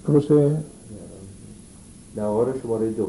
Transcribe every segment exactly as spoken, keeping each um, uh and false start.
درسته؟ نوار شماره دو.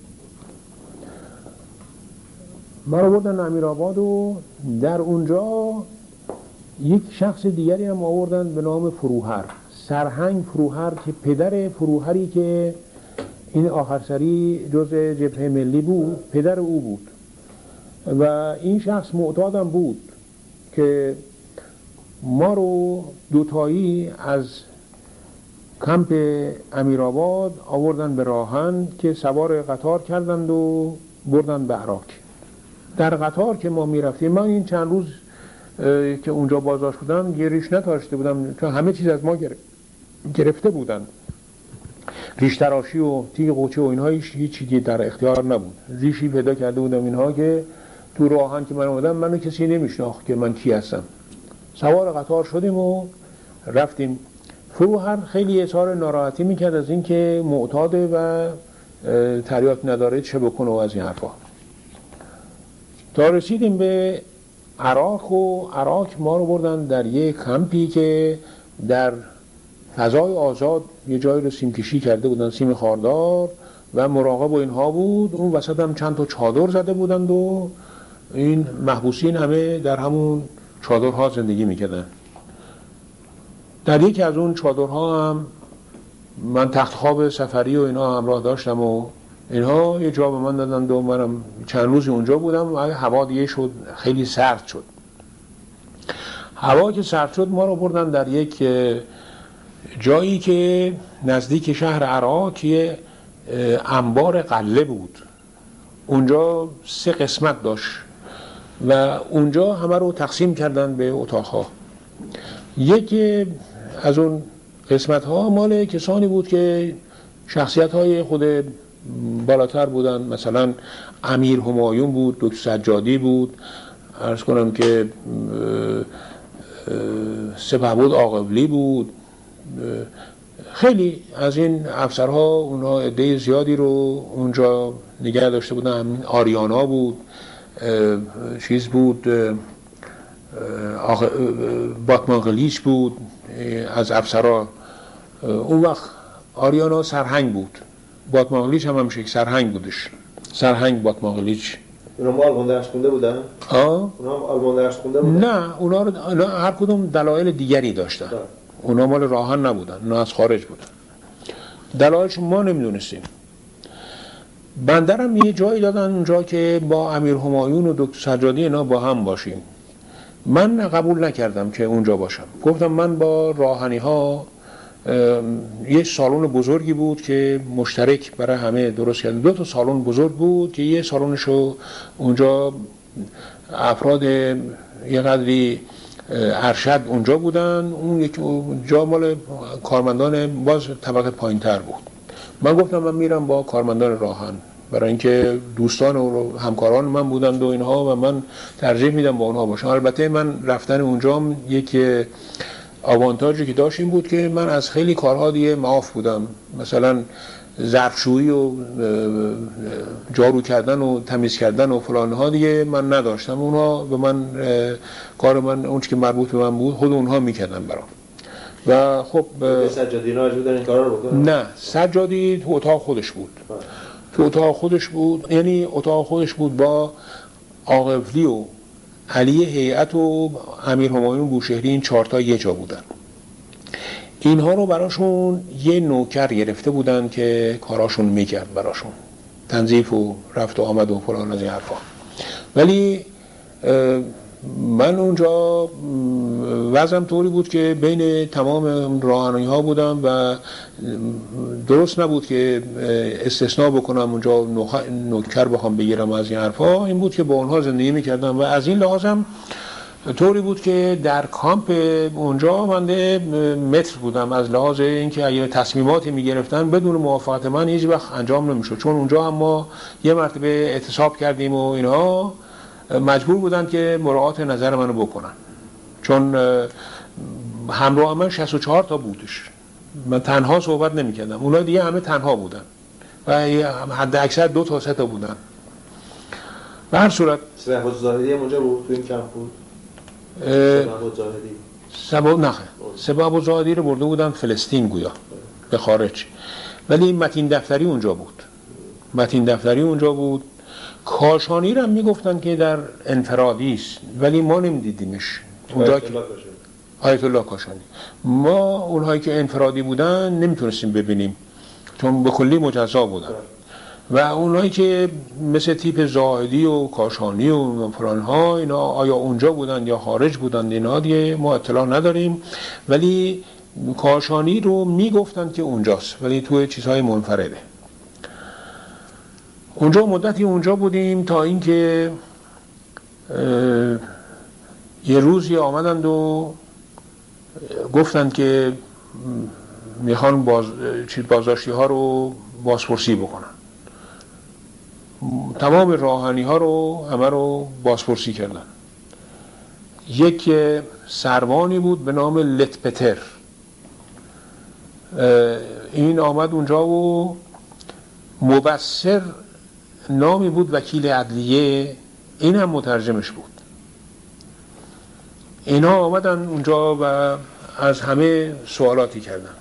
ما رو بردن امیرآباد و در اونجا یک شخص دیگری هم آوردن به نام فروهر، سرهنگ فروهر، که پدر فروهری که این آخر سری جزء جبهه ملی بود پدر او بود و این شخص معتادم بود که ما رو دوتایی از کمپ امیرآباد آوردن به راهن که سوار قطار کردند و بردن به عراق. در قطار که ما می رفتیم، من این چند روز که اونجا بازداشت بودم یه ریش نداشته بودم چون همه چیز از ما گرفته بودن، ریش تراشی و تیغ قوچه و اینها هیچ چیزی در اختیار نبود. ریشی پیدا کرده بودم اینها که تو راهن که من اومدم منو کسی نمیشناخت که من کی هستم. سوار قطار شدیم و رفتیم. فروهر خیلی اظهار ناراحتی میکرد از این که معتاده و تریاک نداره چه بکنه و از این حرفا. تا رسیدیم به عراق و عراق ما رو بردن در یک کمپی که در فضای آزاد یه جایی رو سیم کشی کرده بودن، سیم خاردار و مراقب و اینها بود. اون وسط هم چند تا چادر زده بودند و این محبوسین همه در همون چادرها زندگی میکردن. در یکی از اون چادرها هم من تخت خواب سفری و اینا همراه داشتم و اینها یه جا به من دادند و منم چند روزی اونجا بودم و هوا دیگه شد خیلی سرد شد. هوا که سرد شد ما رو بردن در یک جایی که نزدیک شهر عراق یه انبار قله بود. اونجا سه قسمت داشت و اونجا همه رو تقسیم کردن به اتاقها. یکی از اون قسمت ها مال کسانی بود که شخصیت های خود بالاتر بودن، مثلا امیر همایون بود، دکتر سجادی بود، عرض کنم که سپهبد آقابلی بود، خیلی از این افسرها اونها عده زیادی رو اونجا نگه داشته بودن. آریانا بود، چیز بود، باتمانغلیچ بود از افسرها. اون وقت آریانا سرهنگ بود، باتمانغلیچ هم همشه سرهنگ بودش، سرهنگ باتمانغلیچ. اونا هم آلمان درس خونده بودن؟ آه؟ اونا هم آلمان درس خونده بودن؟ نه، اونا رو اونا هر کدوم دلایل دیگری داشتن. ده. اونا مال راهن نبودن، اونا از خارج بودن. دلایلش ما نمیدونستیم. بندرم یه جایی دادن اونجا که با امیر همایون و دکتر سجادی اینا با هم باشیم. من قبول نکردم که اونجا باشم. گفتم من با راهنی ها، یه سالن بزرگی بود که مشترک برای همه درست کردن. دو تا سالن بزرگ بود که یه سالنشو اونجا افراد یه قدری ارشد اونجا بودن، اون یک جا مال کارمندان باز طبقه پایین‌تر بود. من گفتم من میرم با کارمندان راهن، برای اینکه دوستان و همکاران من بودند و اینها و من ترجیح میدم با اونها باشم. البته من رفتن اونجا یک آوانتاژی که داشت این بود که من از خیلی کارها دیگه معاف بودم، مثلا ظرفشویی و جارو کردن و تمیز کردن و فلان ها دیگه من نداشتم. اونها به من کار من اون که مربوط به من بود خود اونها میکردن برام. و خب سجادی اینا بودن این کارا رو بکنن؟ نه، سجادی تو اتاق خودش بود. تو اتاق خودش بود، یعنی اتاق خودش بود با آقابلی و علی هیئت و امیر همایون بوشهری، این چهار تا یه جا بودن. اینها رو براشون یه نوکر گرفته بودن که کاراشون میکرد براشون، تنظیف و رفت و آمد و فلان از این حرفا. ولی من اونجا وضعم طوری بود که بین تمام راهنمایی ها بودم و درست نبود که استثناء بکنم اونجا نوکر بخوام بگیرم از این حرفا. این بود که با اونها زندگی میکردم و از این لحاظم طوری بود که در کامپ اونجا منده متر بودم، از لحاظ اینکه اگه تصمیماتی میگرفتن بدون موافقت من هیچ وقت انجام نمیشد، چون اونجا هم ما یه مرتبه اعتصاب کردیم و اینها مجبور بودن که مراعات نظر منو بکنن، چون همراه من شصت و چهار تا بودش، من تنها صحبت نمی کردم، اونا دیگه همه تنها بودن و حد اکثر دو تا سه تا بودن. به هر صورت سپهبد زاهدی هم اونجا بود تو این کمپ بود؟ سپهبد زاهدی سپهبد نه، سپهبد زاهدی رو برده بودن فلسطین گویا. به خارج. ولی متین دفتری اونجا بود، متین دفتری اونجا بود. کاشانی رو هم میگفتن که در انفرادی است ولی ما نمیدیدیمش اونجا. که آیت الله کاشانی، ما اونهایی که انفرادی بودن نمیتونستیم ببینیم چون به کلی مجزا بودن، و اونهایی که مثل تیپ زاهدی و کاشانی و فلان ها اینا آیا اونجا بودن یا خارج بودن اینا دیگه ما اطلاع نداریم. ولی کاشانی رو میگفتن که اونجاست ولی توی چیزهای منفرده. اونجا مدتی اونجا بودیم تا اینکه یه روزی آمدند و گفتند که میخوان باز بازداشتی ها رو بازپرسی بکنن. تمام راهنی ها رو همه رو بازپرسی کردن. یک سروانی بود به نام لتپتر، این آمد اونجا و مبصر نامی بود وکیل عدلیه، این هم مترجمش بود. اینا آمدن اونجا و از همه سوالاتی کردن.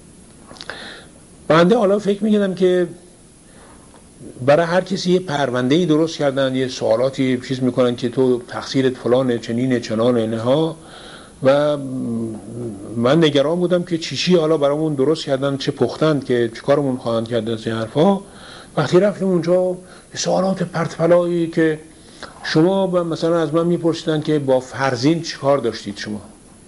بنده حالا فکر می‌کردم که برای هر کسی یه پرونده‌ای درست کردن، یه سوالاتی چیز میکنن که تو تقصیرت فلانه چنینه چنانه اینها، و من نگران بودم که چیشی حالا برامون درست کردن، چه پختند که چه کارمون خواهند کرد از این حرفا. وقتی رفتیم اونجا سوالات پرتپلایی که شما مثلا از من میپرسیدن که با فرزین چی کار داشتید شما.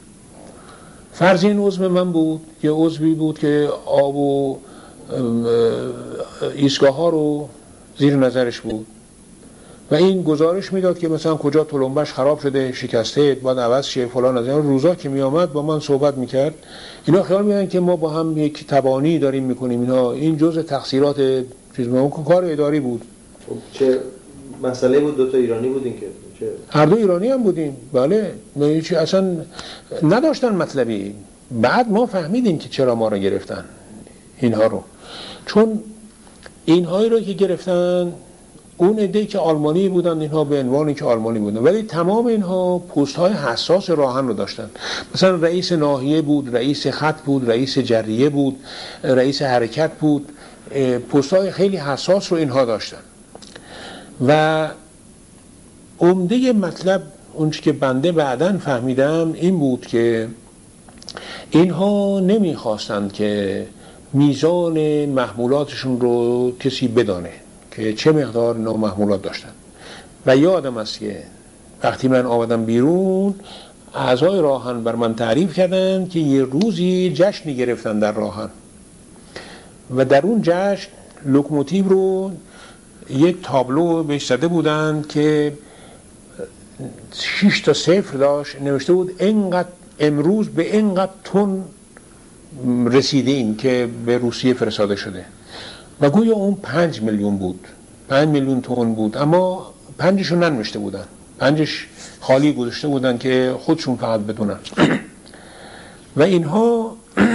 فرزین عضو من بود، یه عضوی بود که آب و ایستگاه ها رو زیر نظرش بود و این گزارش میداد که مثلا کجا تلمبش خراب شده، شکسته، باید عوض شه فلان. از این روزا که می آمد با من صحبت میکرد، اینا خیال میدن که ما با هم یک تبانی داریم میکنیم. اینا این جزء تقصیرات چیز ما کار اداری بود. چه مسئله بود؟ دو تا ایرانی بودین که چه؟ هر دو ایرانی هم بودیم، بله. اصلا نداشتن مطلبی. بعد ما فهمیدیم که چرا ما رو گرفتن اینها رو، چون اینهایی رو که گرفتن اون عده‌ای که آلمانی بودن، اینها به عنوانی که آلمانی بودن، ولی تمام اینها پست های حساس راهن رو داشتن. مثلا رئیس ناحیه بود، رئیس خط بود، رئیس جریه بود، رئیس حرکت بود، پست های خیلی حساس رو اینها داشتن. و عمده مطلب اون چی که بنده بعداً فهمیدم این بود که اینها نمیخواستند که میزان محمولاتشون رو کسی بدانه که چه مقدار نامحمولات داشتن. و یادم است که وقتی من آمدم بیرون اعضای راهن بر من تعریف کردن که یه روزی جشنی گرفتن در راهن و در اون جشن لوکوموتیو رو یک تابلو بهش زده بودن که شش تا صفر داشت، نوشته بود اینقدر امروز به اینقدر تن رسیده این که به روسیه فرستاده شده، و گویا اون پنج میلیون بود، پنج میلیون تن بود، اما پنجشو ننوشته بودن، پنجش خالی گذاشته بودن که خودشون فقط بدونن. و اینها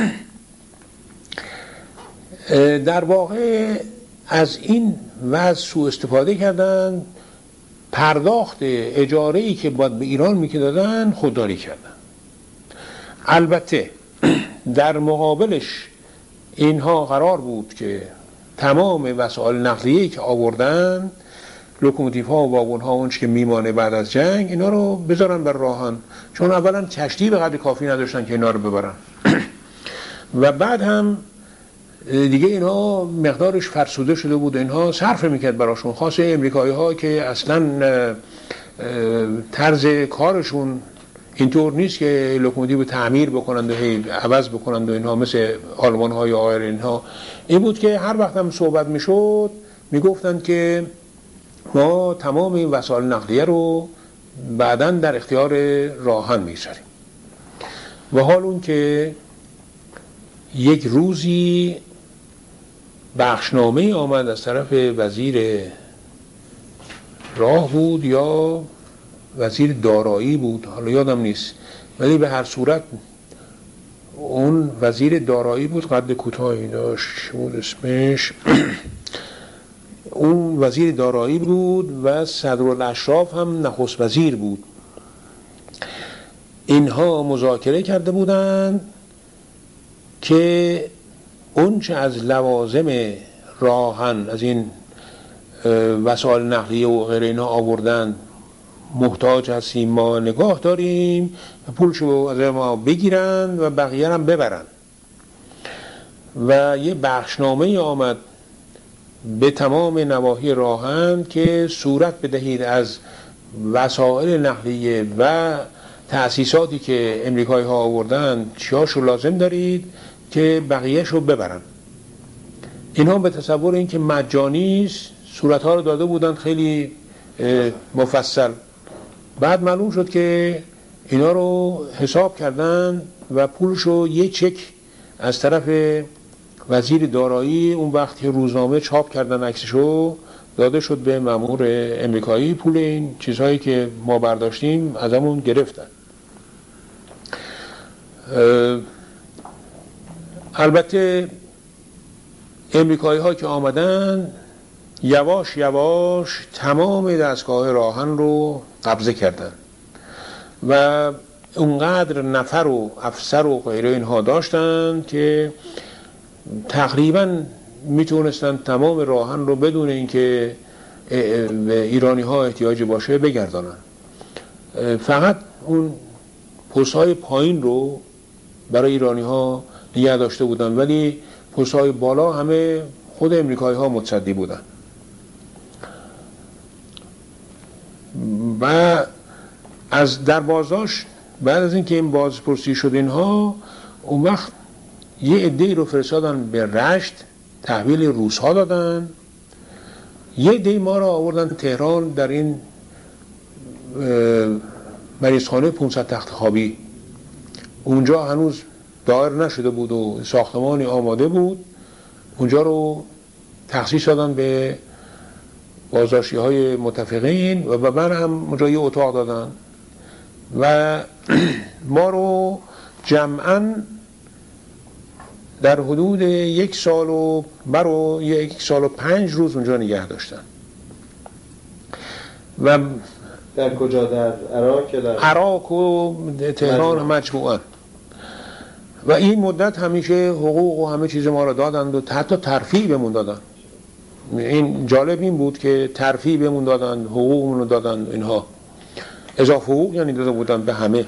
در واقع از این وضع سوء استفاده کردن، پرداخت اجاره‌ای که باید به ایران می‌دادن خودداری کردن. البته در مقابلش اینها قرار بود که تمام وسایل نقلیه‌ای که آوردن، لوکوموتیوها و واگن‌ها، اونچه که میمانه بعد از جنگ، اینا رو بذارن بر راهن، چون اولا کشتی به قدر کافی نداشتن که اینا رو ببرن و بعد هم دیگه اینا مقدارش فرسوده شده بود، اینها صرف میکرد براشون. خاصه امریکایی ها که اصلا طرز کارشون اینطور نیست که لوکوموتیو تعمیر بکنند و هی عوض بکنند و اینها، مثل آلمان ها یا آیر اینها. این بود که هر وقت هم صحبت میشد میگفتند که ما تمام این وسایل نقلیه رو بعداً در اختیار راهن میذاریم. و حال اون که یک روزی بخشنامه آمد از طرف وزیر راه بود یا وزیر دارایی بود، حالا یادم نیست، ولی به هر صورت اون وزیر دارایی بود، قد کوتاهی داشت، بود اسمش اون وزیر دارایی بود و صدرالاشراف هم نخست وزیر بود. اینها مذاکره کرده بودند که اون چه از لوازم راهن از این وسایل نقلیه و غیره اینا آوردن محتاج هستیم ما نگاه داریم، پولشو از ما بگیرن و بقیه هم ببرن. و یه بخشنامه آمد به تمام نواحی راهن که صورت بدهید از وسایل نقلیه و تأسیساتی که امریکایی ها آوردن چیاشو لازم دارید که بقیهشو ببرن. اینها به تصور این که مجانی صورت ها رو داده بودن خیلی مفصل. بعد معلوم شد که اینا رو حساب کردن و پولشو یه چک از طرف وزیر دارایی اون وقت که روزنامه چاپ کردن عکسشو داده شد به مأمور امریکایی. پول این چیزهایی که ما برداشتیم ازمون گرفتن. البته امریکایی ها که آمدن یواش یواش تمام دستگاه راهن رو قبضه کردن و اونقدر نفر و افسر و غیره اینها داشتن که تقریبا میتونستن تمام راهن رو بدون اینکه ایرانی ها احتیاج باشه بگردانن. فقط اون پست های پایین رو برای ایرانی ها نگه داشته بودن، ولی پست های بالا همه خود امریکایی ها متصدی بودن. و از در بازداشت بعد از اینکه این بازپرسی شد اینها، اون وقت یه عده‌ای رو فرستادن به رشت تحویل روس ها دادن، یه عده‌ای ما رو آوردن تهران در این مریضخانه پانصد تخت خوابی. اونجا هنوز دایر نشده بود و ساختمانی آماده بود، اونجا رو تخصیص دادن به بازداشتی های متفقین و به من هم اونجا یه اتاق دادن و ما رو جمعاً در حدود یک سال و مرو یک سال و پنج روز اونجا نگه داشتن. و در کجا؟ در عراق؟ در عراق و تهران مجموعاً. و این مدت همیشه حقوق و همه چیز ما رو دادند و حتی ترفیع بهمون دادن. این جالب این بود که ترفیع بهمون دادن، حقوقمون رو دادن، اینها اضافه حقوق یعنی داده بودن به همه.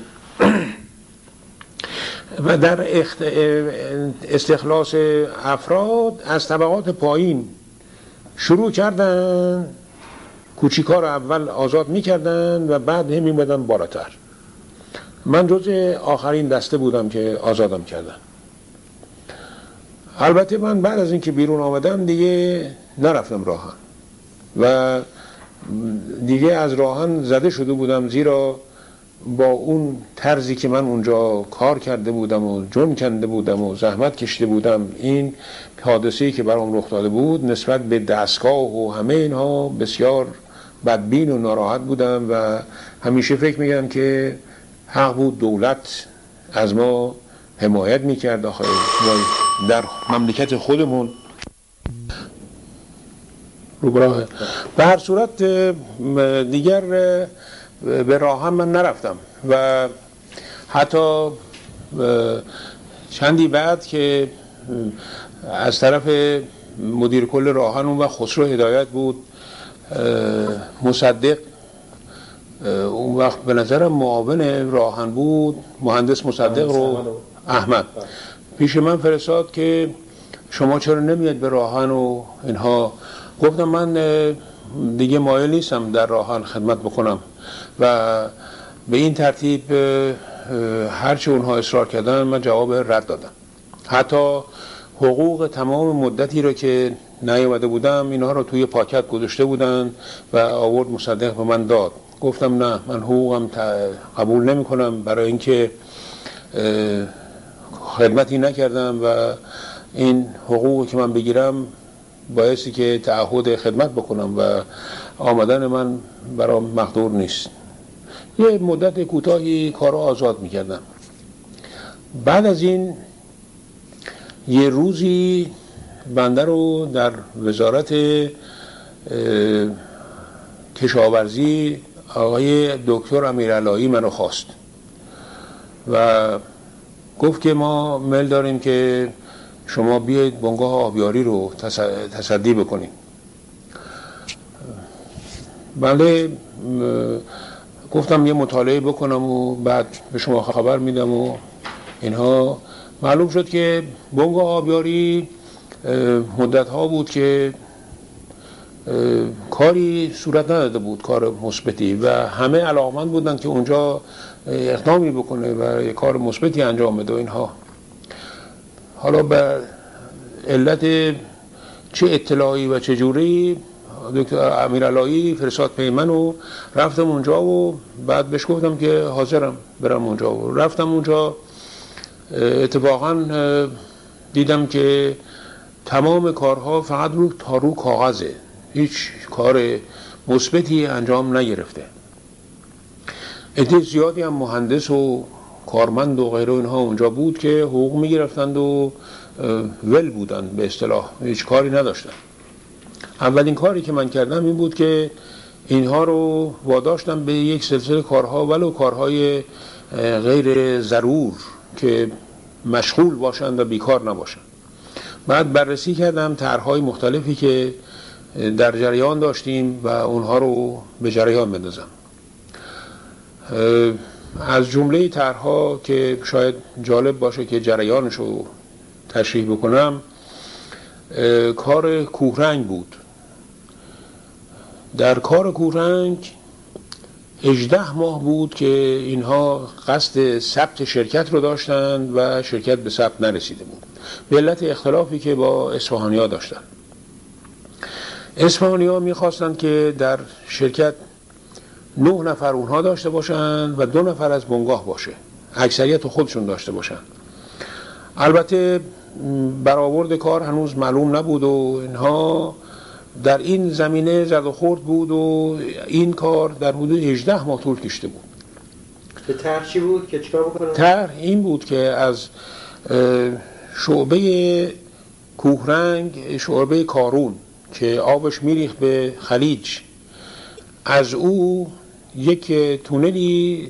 و در استخلاص افراد از طبقات پایین شروع کردن، کوچیکا رو اول آزاد میکردن و بعد هم میمدن بالاتر. من جز آخرین دسته بودم که آزادم کردن. البته من بعد از اینکه بیرون آمدم دیگه نرفتم راهن و دیگه از راهن زده شده بودم، زیرا با اون طرزی که من اونجا کار کرده بودم و جون کنده بودم و زحمت کشیده بودم، این حادثه‌ای که برام رخ داده بود نسبت به دستگاه و همه اینها بسیار بدبین و ناراحت بودم و همیشه فکر می‌کردم که حق بود دولت از ما حمایت می‌کرد آخه در مملکت خودمون رو براه. به هر صورت دیگر به راهن من نرفتم و حتی چندی بعد که از طرف مدیر کل راهن اون وقت خسرو هدایت بود، مصدق اون وقت به نظرم معاون راهن بود، مهندس مصدق رو احمد پیش من فرستاد که شما چرا نمیاد به راهن و اینها. گفتم من دیگه مایل نیستم در راهن خدمت بکنم و به این ترتیب هرچه اونها اصرار کردن من جواب رد دادم. حتی حقوق تمام مدتی رو که نیامده بودم اینها رو توی پاکت گذاشته بودن و آورد مصدق به من داد. گفتم نه، من حقوقم قبول نمی کنم، برای اینکه خدمتی نکردم و این حقوقی که من بگیرم بایستی که تعهد خدمت بکنم و آمدن من برام مقدور نیست. یه مدت کوتاهی کارو آزاد میکردم. بعد از این یه روزی بنده رو در وزارت کشاورزی آقای دکتر امیرعلایی منو خواست و گفت که ما میل داریم که شما بیایید بنگاه آبیاری رو تصدی بکنید. بله گفتم یه مطالعه بکنم و بعد به شما خبر میدم و اینها. معلوم شد که بنگاه آبیاری مدت ها بود که کاری صورت نداده بود، کار مثبتی، و همه علاقمند بودن که اونجا اقدامی بکنه و یه کار مثبتی انجام بده اینها. حالا به علت چه اطلاعی و چه جوری دکتر امیرعلایی فرستاد پیمن و رفتم اونجا و بعد بهش گفتم که حاضرم برم اونجا و رفتم اونجا. اتفاقا دیدم که تمام کارها فقط رو تا رو کاغذه، هیچ کار مثبتی انجام نگرفته. عده زیادی هم مهندس و کارمند و غیره اینها اونجا بود که حقوق میگرفتند و ول بودن، به اصطلاح هیچ کاری نداشتن. اولین کاری که من کردم این بود که اینها رو واداشتم به یک سلسله کارها، ولو کارهای غیر ضرور که مشغول باشند و بیکار نباشند. بعد بررسی کردم طرح‌های مختلفی که در جریان داشتیم و اونها رو به جریان بندازم. از جمله طرح‌ها که شاید جالب باشه که جریانش رو تشریح بکنم، کار کوهرنگ بود. در کار کوهرنگ هجده ماه بود که اینها قصد ثبت شرکت رو داشتند و شرکت به ثبت نرسیده بود به علت اختلافی که با اصفهانی‌ها داشتن. اصفهانی‌ها می‌خواستند که در شرکت نه نفر اونها داشته باشند و دو نفر از بنگاه باشه، اکثریت خودشون داشته باشند. البته برآورد کار هنوز معلوم نبود و اینها در این زمینه زد و خورد بود و این کار در حدود هجده ماه طول کشیده بود. به طرح چی بود که چیکار بکنن؟ طرح این بود که از شعبه کوهرنگ، شعبه کارون که آبش میریخت به خلیج، از او یک تونلی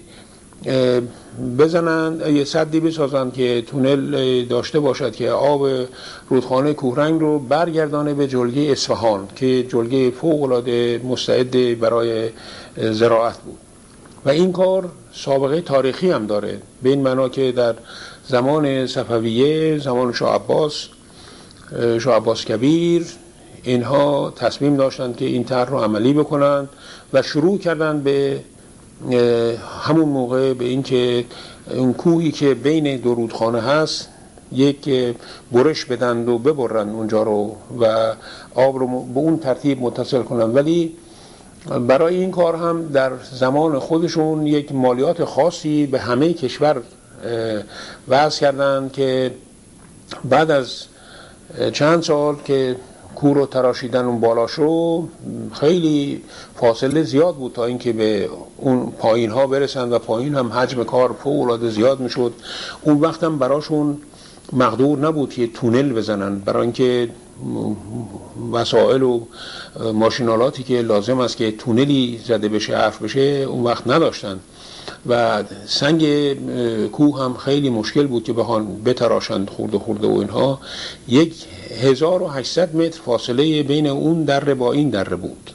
بزنند، یه سدی بسازند که تونل داشته باشد که آب رودخانه کوهرنگ رو برگردانه به جلگه اصفهان که جلگه فوق‌العاده مستعد برای زراعت بود. و این کار سابقه تاریخی هم داره، به این معنا که در زمان صفویه، زمان شاه عباس، شاه عباس کبیر، اینها تصمیم داشتند که این طرح رو عملی بکنند و شروع کردند به همون موقع به این که اون کوهی که بین دو رودخانه هست یک برش بدند و ببرند اونجا رو و آب رو به اون ترتیب متصل کنند. ولی برای این کار هم در زمان خودشون یک مالیات خاصی به همه کشور وضع کردند که بعد از چند سال که کوه رو تراشیدن اون بالاش رو، خیلی فاصله زیاد بود تا اینکه به اون پایین ها برسند و پایین هم حجم کار فوق‌العاده زیاد میشد. اون وقت هم براشون مقدور نبود که تونل بزنن، برای اینکه وسایل و ماشینالاتی که لازم است که تونلی زده بشه، حرف بشه، اون وقت نداشتن و سنگ کوه هم خیلی مشکل بود که بخوان بتراشند خورده خورده و اینها. یک هزار و هشتصد متر فاصله بین اون دره با این دره بود.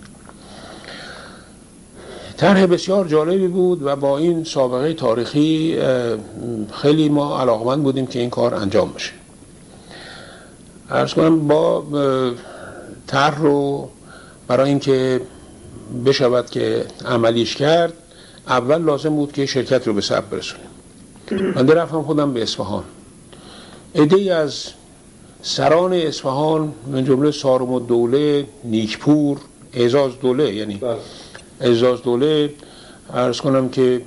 طرح بسیار جالبی بود و با این سابقه تاریخی خیلی ما علاقمند بودیم که این کار انجام بشه. عرض کنم با طرح رو برای اینکه بشود که عملیش کرد، اول لازم بود که شرکت رو به ثبت برسونیم. من رفتم خودم به اصفهان. عده‌ای از سران اصفهان من جمله سارم الدوله، نیکپور، اعزاز دوله، یعنی اعزاز دوله، عرض کنم که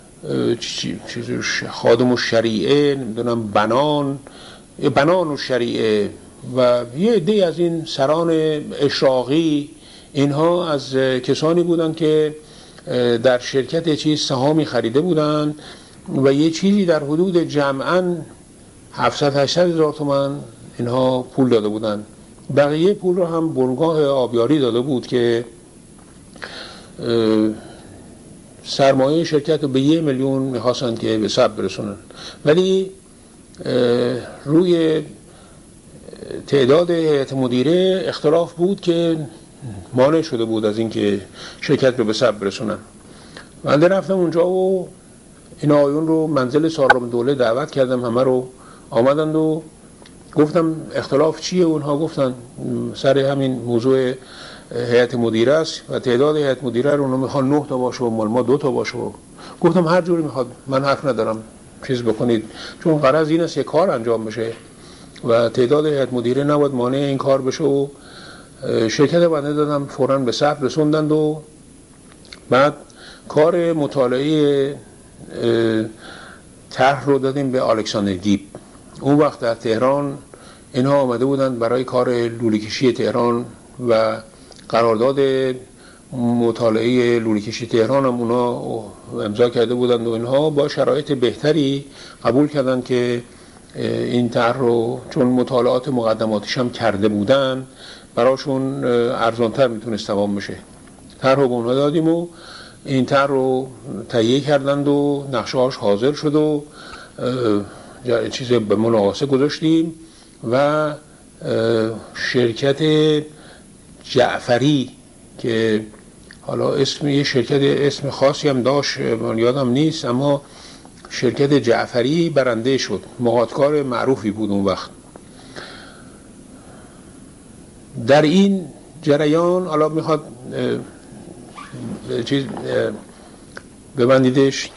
خادم الشریعه، نمیدونم بنان بنان الشریعه و یه عده‌ای از این سران اشراقی، اینها از کسانی بودند که در شرکت چیز سهامی خریده بودند و یه چیزی در حدود جمعاً هفتصد هشتصد هزار تومان اینها پول داده بودند. بقیه پول رو هم بنگاه آبیاری داده بود که سرمایه شرکت رو به یه میلیون میخواستند که به ثبت برسونن. ولی روی تعداد هیئت مدیره اختلاف بود که مانع شده بود از اینکه شرکت رو به ثبت برسونن. من رفتم اونجا و این آقایون رو منزل سالارالدوله دعوت کردم، همه رو آمدند و گفتم اختلاف چیه؟ اونها گفتن سر همین موضوع هیئت مدیره است و تعداد هیئت مدیره رو اونها میخوان نه تا باشه و مال ما دو تا باشه. گفتم هر جوری میخواد، من حرف ندارم چیز بکنید، چون غرض این است که کار انجام بشه و تعداد هیئت مدیره نباید مانع این کار بشه. و شرکت بنده دادم فوراً به ثبت رسوندند و بعد کار مطالعه طرح رو دادیم به الکساندر دیپ. اون وقت در تهران اینها آمده بودند برای کار لوله کشی تهران و قرارداد مطالعه لوله کشی تهران هم اونا امضا کرده بودند و اینها با شرایط بهتری قبول کردند که این طرح رو، چون مطالعات مقدماتیش هم کرده بودن، براشون ارزانتر میتونست تمام بشه. طرح رو به اونها دادیم و این طرح رو تهیه کردند و نقشه هاش حاضر شد و چیز به مناقصه گذاشتیم و شرکت جعفری که حالا اسم یه شرکت اسم خاصی هم داشت یادم نیست، اما شرکت جعفری برنده شد، مقادکار معروفی بود اون وقت. در این جریان حالا میخواد چیز ببندیدش.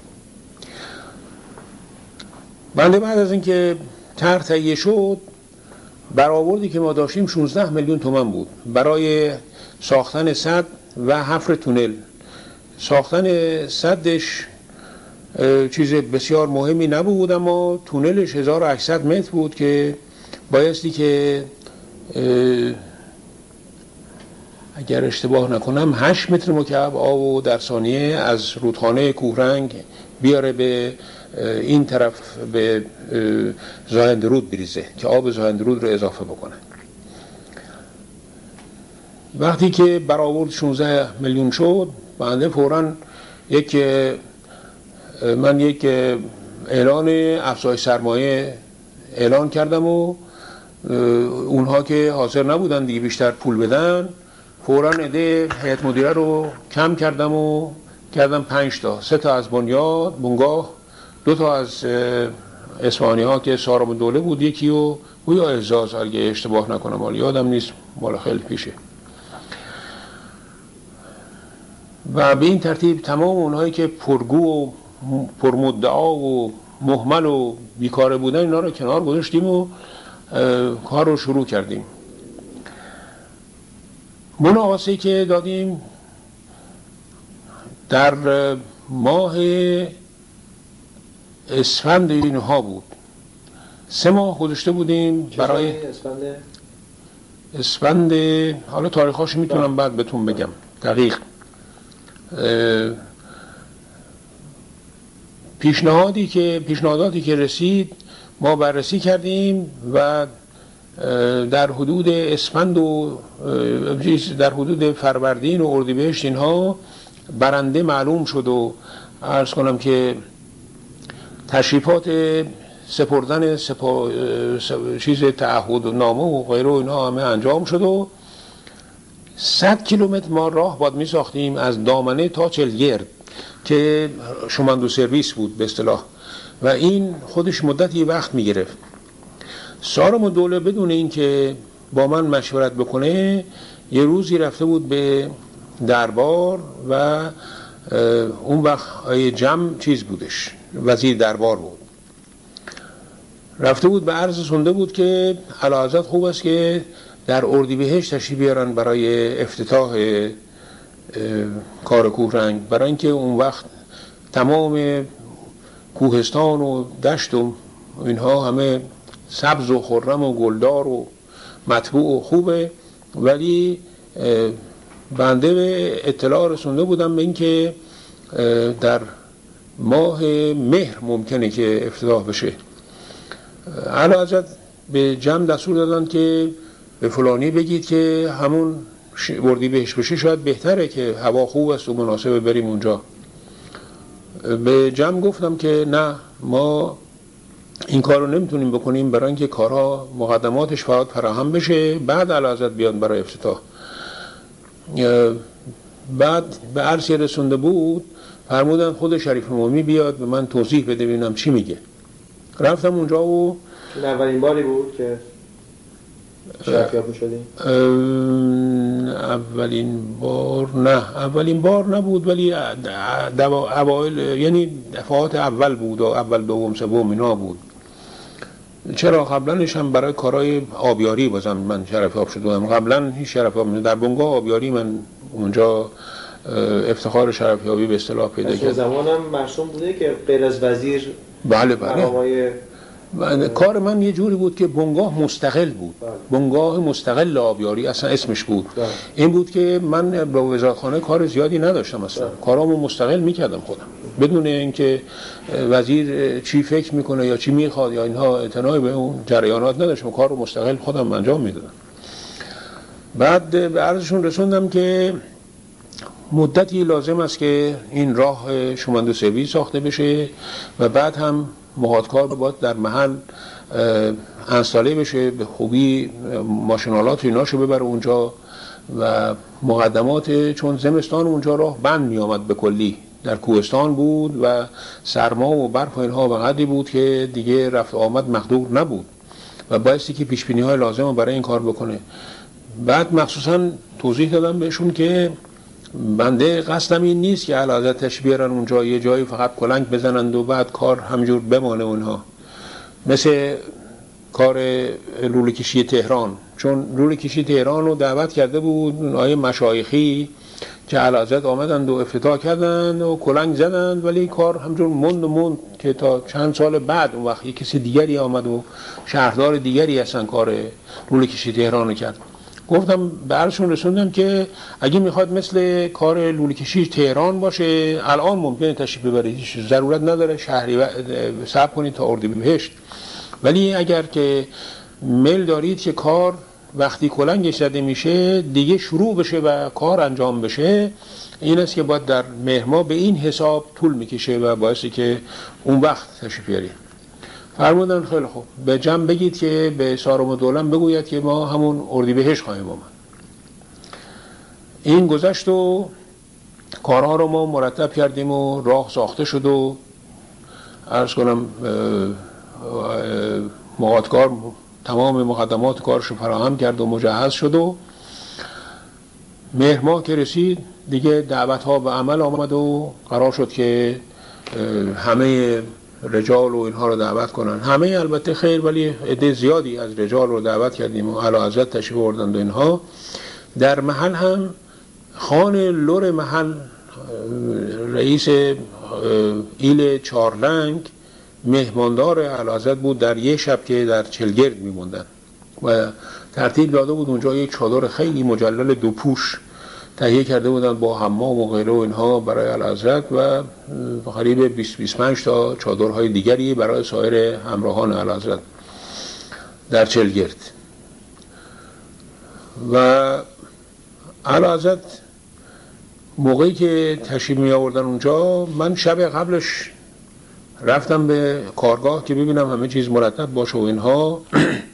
بنده بعد از اینکه طرح تهیه شد، برآوردی که ما داشتیم شانزده میلیون تومان بود برای ساختن سد و حفر تونل. ساختن سدش چیز بسیار مهمی نبود، اما تونلش هزار و هشتصد متر بود که بایستی که اگر اشتباه نکنم هشت متر مکعب آب و در ثانیه از رودخانه کوهرنگ بیاره به این طرف به زاهندرود بریزه که آب زاهندرود رو اضافه بکنه. وقتی که برآورد شانزده میلیون شد، بنده فوراً یک من یک اعلان افزایش سرمایه اعلان کردم و اونها که حاضر نبودن دیگه بیشتر پول بدن، فوراً عده هیئت مدیره رو کم کردم و کردم پنج تا، سه تا از بنیاد بنگاه، دو تا از اصفهانی ها که سالارالدوله بود یکی و یا اعزاز اگه اشتباه نکنم، حالا یادم نیست، مال خیلی پیشه. و به این ترتیب تمام اونهایی که پرگو و پرمدعا و مهمل و بیکاره بودن اینا رو کنار گذاشتیم و کار رو شروع کردیم. مناقصه‌ای که دادیم در ماه اسفند اینها بود. سه ماه گذاشته بودیم برای اسفند اسفند حالا تاریخاشو میتونم بعد بهتون بگم دقیق. پیشنهادی که پیشنهاداتی که رسید ما بررسی کردیم و در حدود اسفند و در حدود فروردین و اردیبهشت اینها برنده معلوم شد و عرض کنم که تشریفات سپردن سپا... چیز تعهد و نامه و غیره و اینها همه انجام شد و صد کیلومتر ما راه باید می ساختیم از دامنه تا چلگرد که شماندو سرویس بود به اصطلاح و این خودش مدتی وقت می گرفت. سالارالدوله بدون این که با من مشورت بکنه یه روزی رفته بود به دربار و اون وقت جمع چیز بودش، وزیر دربار بود، رفته بود به عرض سنده بود که اعلیحضرت خوب است که در اردیبهشت تشریف بیارن برای افتتاح کار کوهرنگ، برای اینکه اون وقت تمام کوهستان و دشت و اینها همه سبز و خرم و گلدار و مطبوع و خوبه، ولی بنده به اطلاع رسونده بودم به اینکه در ماه مهر ممکنه که افتتاح بشه. اعلیحضرت به جمع دستور دادن که به فلانی بگید که همون اردیبهشت بشه شاید بهتره که هوا خوب است و مناسبه بریم اونجا. به جمع گفتم که نه، ما این کار رو نمیتونیم بکنیم برای اینکه کارها مقدماتش فقط فراهم بشه، بعد اعلیحضرت بیان برای افتتاح. بعد به عرضی رسونده بود، فرمودن خود شریف امامی بیاد به من توضیح بده ببینم چی میگه. رفتم اونجا و این اولین باری بود که شرفیاب شدیم؟ اولین بار نه، اولین بار نبود، ولی اوایل، یعنی دفعات اول بود و اول دوم سوم اینا بود. چرا قبلنش هم برای کارهای آبیاری بازم من شرفیاب شدم. قبلا هیچ شرفیاب در بنگاه آبیاری من اونجا افتخار شرفیابی به اصطلاح پیدا کردم. زمان هم مرسوم بوده که غیر از وزیر بله بله بله. کار من یه جوری بود که بنگاه مستقل بود. بله. بنگاه مستقل آبیاری اصلا اسمش بود. بله. این بود که من با وزارتخانه کار زیادی نداشتم اصلا. بله. کارامو مستقل میکردم خودم بدون اینکه وزیر چی فکر میکنه یا چی میخواد یا اینها اعتنایی به اون جریانات نداشتم. کار رو مستقل خودم انجام میدادم. بعد به عرضشون رسوندم که مدتی لازم است که این راه شومندو سوی ساخته بشه و بعد هم مهادکار باید در محل انستاله بشه، به خوبی ماشینالات ایناشو ببره اونجا و مقدمات، چون زمستان اونجا راه بند می آمد به کلی، در کوهستان بود و سرما و برف و اینها به قدری بود که دیگه رفت آمد مقدور نبود و بایستی که پیش بینی های لازم برای این کار بکنه. بعد مخصوصا توضیح دادم بهشون که بنده قصدم این نیست که اعلیحضرت تشریف بیارن اونجا یه جایی فقط کلنگ بزنند و بعد کار همجور بمانه اونها، مثل کار لوله کشی تهران. چون لوله کشی تهران رو دعوت کرده بود آیه مشایخی که اعلیحضرت آمدند و افتتاح کردند و کلنگ زدند، ولی کار همجور موند و موند که تا چند سال بعد اون وقت کسی دیگری آمد و شهردار دیگری اصلا کار لوله کشی تهران رو کرد. گفتم برشون رسوندم که اگه میخواد مثل کار لوله کشی تهران باشه الان ممکنه تشریف ببرید، ضرورت نداره شهری صبر کنید تا اردیبهشت، ولی اگر که میل دارید که کار وقتی کلنگش زده میشه دیگه شروع بشه و کار انجام بشه، این است که باید در مهر ماه به این حساب طول میکشه و باعثی که اون وقت تشریف بیارید. فرمودن خیلی خوب، به جمع بگید که به سارم دولم بگوید که ما همون اردیبهشت خواهیم آمد. این گذشت و کارها رو ما مرتب کردیم و راه ساخته شد و عرض کنم مقادکار تمام مقدمات کارش رو فراهم کرد و مجهز شد و مهر ماه که رسید دیگه دعوت ها به عمل آمد و قرار شد که همه رجال و اینها رو دعوت کنن. همه البته خیر، ولی عده زیادی از رجال رو دعوت کردیم و اعلیحضرت تشریف آوردند و اینها. در محل هم خان لور محل رئیس ایل چارلنگ مهماندار اعلیحضرت بود در یک شب که در چلگرد میموندن و ترتیب داده بود اونجا یک چادر خیلی مجلل دو پوش تهیه کرده بودن با حمام و غیره و اینها برای اعلیحضرت و قریب بیست بیست و پنج تا چادرهای دیگری برای سایر همراهان اعلیحضرت در چلگرد. و اعلیحضرت موقعی که تشریف می آوردن اونجا، من شب قبلش رفتم به کارگاه که ببینم همه چیز مرتب باشه و اینها.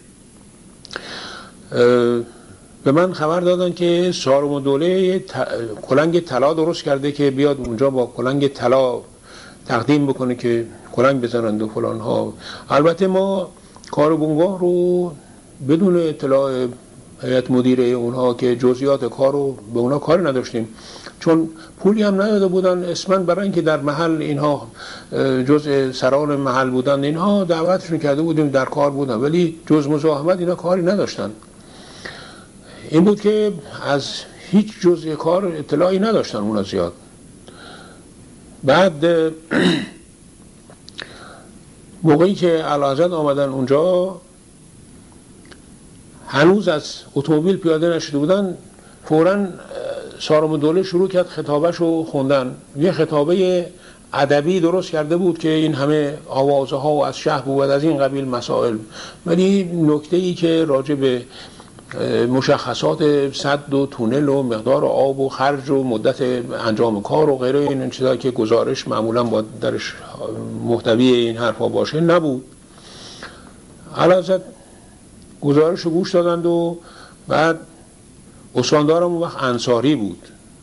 به من خبر دادن که سارم الدوله کلنگ طلا درست کرده که بیاد اونجا با کلنگ طلا تقدیم بکنه که کلنگ بزنند و فلان ها. البته ما کار بنگاه رو بدون اطلاع هیئت مدیره اونها که جزئیات کار رو به اونا کاری نداشتیم، چون پولی هم نداده بودن اسمن برای اینکه در محل اینها جزء سران محل بودن، اینها دعوتشون کرده بودیم در کار بودن ولی جز مزاحمت اینا کاری نداشتن. این بود که از هیچ جزء کار اطلاعی نداشتن اونا زیاد. بعد موقعی که اعلیحضرت آمدن اونجا هنوز از اتومبیل پیاده نشده بودن، فوراً سارم الدوله شروع کرد خطابش رو خوندن. یه خطابه ادبی درست کرده بود که این همه آوازه ها و از شهر بود از این قبیل مسائل، ولی نکته ای که راجع به مشخصات سد و تونل و مقدار آب و خرج و مدت انجام کار و غیره این چیزایی که گزارش معمولا با درش محتوی این حرفا باشه نبود. اعلیحضرت گزارش رو گوش دادند و بعد استاندارم اون وقت انصاری بود.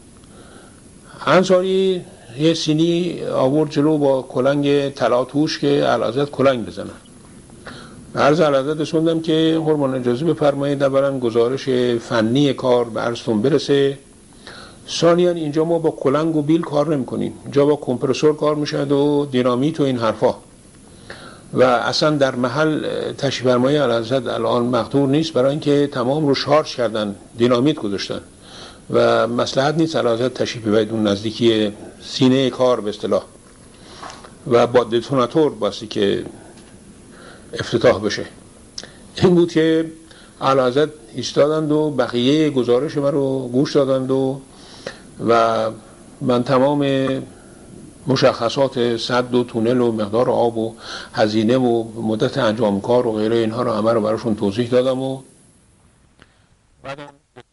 انصاری یه سینی آورد جلو با کلنگ طلا توش که اعلیحضرت کلنگ بزنن. عرض اعلیحضرت رسوندم که قربان اجازه بفرمایید اولا گزارش فنی کار به عرضتون برسه، ثانیاً اینجا ما با کلنگ و بیل کار نمی کنیم، اینجا با کمپرسور کار میشد و دینامیت و این حرفا و اصلا در محل تشریف فرمایی اعلیحضرت الان مقدور نیست، برای اینکه تمام رو شارژ کردن، دینامیت گذاشتن و مصلحت نیست اعلیحضرت تشریف ببرید اون نزدیکی سینه کار به اصطلاح و با دتوناتور باسی که افتتاح بشه. این بود که اعلیحضرت ایستادند و بقیه گزارش من رو گوش دادند و و من تمام مشخصات سد و تونل و مقدار آب و هزینه و مدت انجام کار و غیره اینها رو همه رو براشون توضیح دادم و بعدم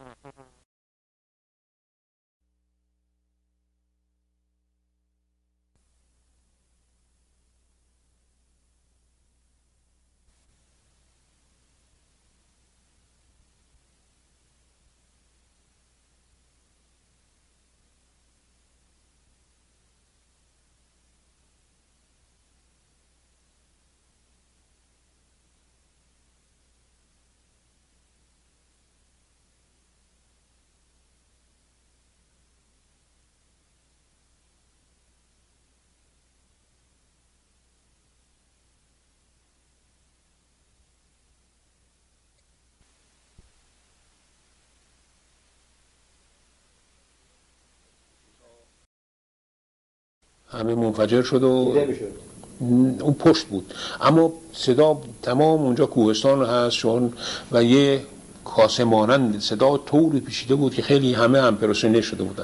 همه منفجر شد و اون پشت بود، اما صدا تمام اونجا کوهستان هست چون و یه کاسه مانند صدا طوری پیچیده بود که خیلی همه امپرسیونه شده بودن.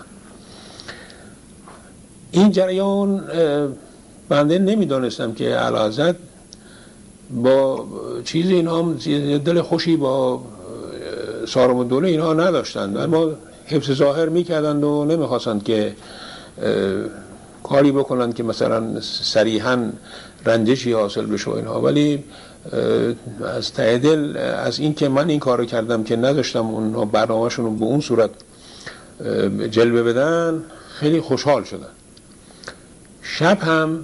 این جریان بنده نمیدانستم که اعلیحضرت با چیز اینها هم دل خوشی با سارم الدوله اینها نداشتند، اما حفظ ظاهر میکردند و نمیخواستند که کاری بکنند که مثلا صریحاً رنجشی حاصل بشه اینها، ولی از ته دل از این که من این کارو کردم که نذاشتم اونها برنامه‌شون رو به اون صورت جلوه بدن خیلی خوشحال شدن. شب هم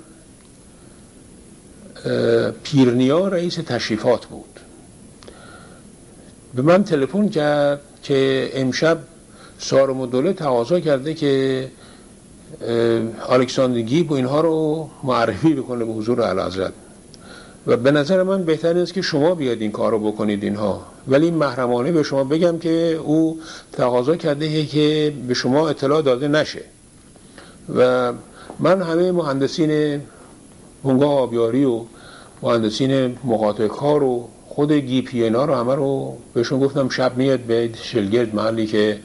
پیرنیا رئیس تشریفات بود، به من تلفن کرد که امشب سارم الدوله تقاضا کرده که الکساندر گیب و اینها رو معرفی بکنه به حضور اعلیحضرت و به نظر من بهتر است که شما بیاد این کار رو بکنید اینها، ولی محرمانه به شما بگم که او تقاضا کرده که به شما اطلاع داده نشه و من همه مهندسین بنگاه آبیاری و مهندسین مقاطع کار و خود گیپی اینا رو همه رو بهشون گفتم شب میاد به شلگرد محلی که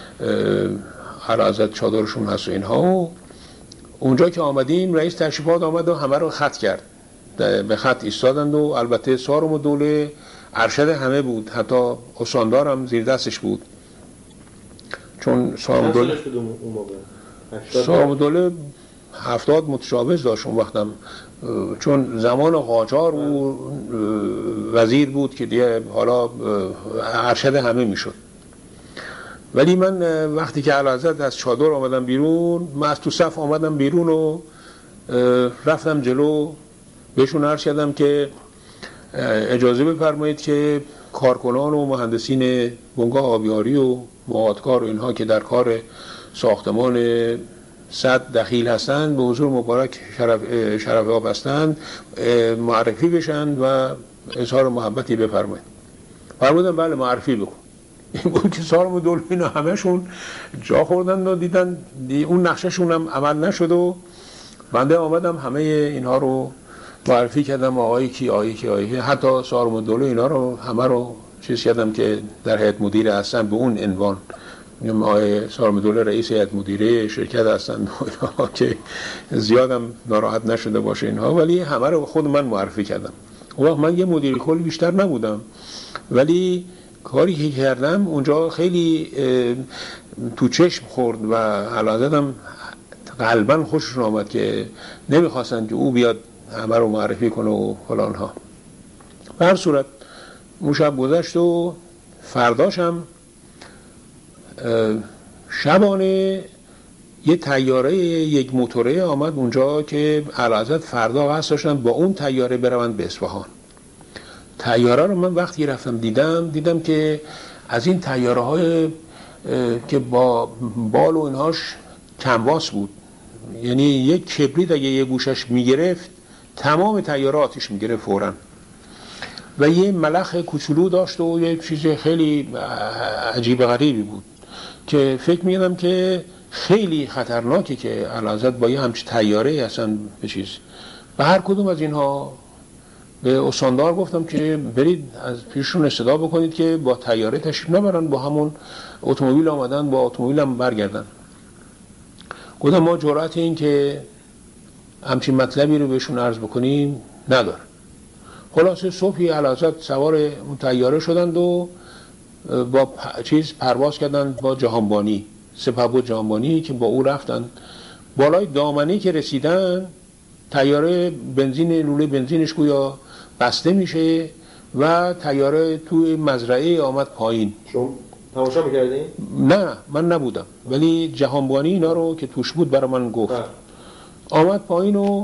اعلیحضرت چادرشون هست و اینها و اونجا که آمدیم رئیس تشریفات آمد و همه رو خط کرد، به خط ایستادند و البته سارم الدوله ارشد همه بود، حتی استاندار هم زیر دستش بود چون سارم الدوله سارم الدوله هفتاد متشابه داشت اون وقتم، چون زمان قاجار و وزیر بود که دیگه حالا ارشد همه میشد. ولی من وقتی که اعلیحضرت از چادر آمدم بیرون، من از تو صف آمدم بیرون و رفتم جلو بهشون عرض کردم که اجازه بفرمایید که کارکنان و مهندسین بنگاه آبیاری و موادکار و اینها که در کار ساختمان صد دخیل هستند به حضور مبارک شرف, شرف آب هستند معرفی بشند و اظهار محبتی بفرمایید. فرمودم بله معرفی بکن. این بود که سارم الدوله اینا همهشون جا خوردن و دیدن دی اون نقشهشون هم عمل نشد و بنده آمدم همه اینها رو معرفی کردم، آقایی کی آقایی کی آقایی کی، حتی سارم الدوله اینا رو همه رو چیز کردم که در هیئت مدیره هستن به اون عنوان، میگم آقای سارم الدوله رئیس هیئت مدیره شرکت هستن اینها که زیادم ناراحت نشده باشه اینها، ولی همه رو خود من معرفی کردم. اون وقت من یه مدیر کل بیشتر نبودم ولی کاری که کردم اونجا خیلی تو چشم خورد و اعلیحضرت هم قلباً خوششون آمد که نمیخواستن که او بیاد همه رو معرفی کنه و فلان ها. به هر صورت موشب گذشت و فرداشم شبانه یه طیاره یک موتوره آمد اونجا که اعلیحضرت فردا قصد داشتن با اون طیاره بروند به اصفهان. طیاره رو من وقتی رفتم دیدم دیدم که از این طیاره های که با بال و اینهاش کنواس بود، یعنی یک کبریت اگه یه گوشش میگرفت تمام طیاره آتیش میگرفت فوراً، و یه ملخ کوچولو داشت و یه چیز خیلی عجیب غریبی بود که فکر می‌کردم که خیلی خطرناکه که اعلیحضرت با یه همچین طیاره اصلا به چیز. به هر کدوم از اینها به استاندار گفتم که برید از پیششون استدعا بکنید که با طیاره تشریف نبرن، با همون اتومبیل آمدن، با اتومبیل هم برگردن. گفتم ما جرأت این که همچین مطلبی رو بهشون عرض بکنیم نداره. خلاصه صبحی اعلیحضرت سوار اون طیاره شدند و با پ... چیز پرواز کردن با جهانبانی، سپهبد جهانبانی که با او رفتن. بالای دامنه‌ای که رسیدن طیاره بنزین لوله بنزینش گویا بسته میشه و طیاره توی مزرعه آمد پایین. شما تماشا می‌کردین؟ نه من نبودم، ولی جهانبانی اینا رو که توش بود برای من گفت. اه. آمد پایین و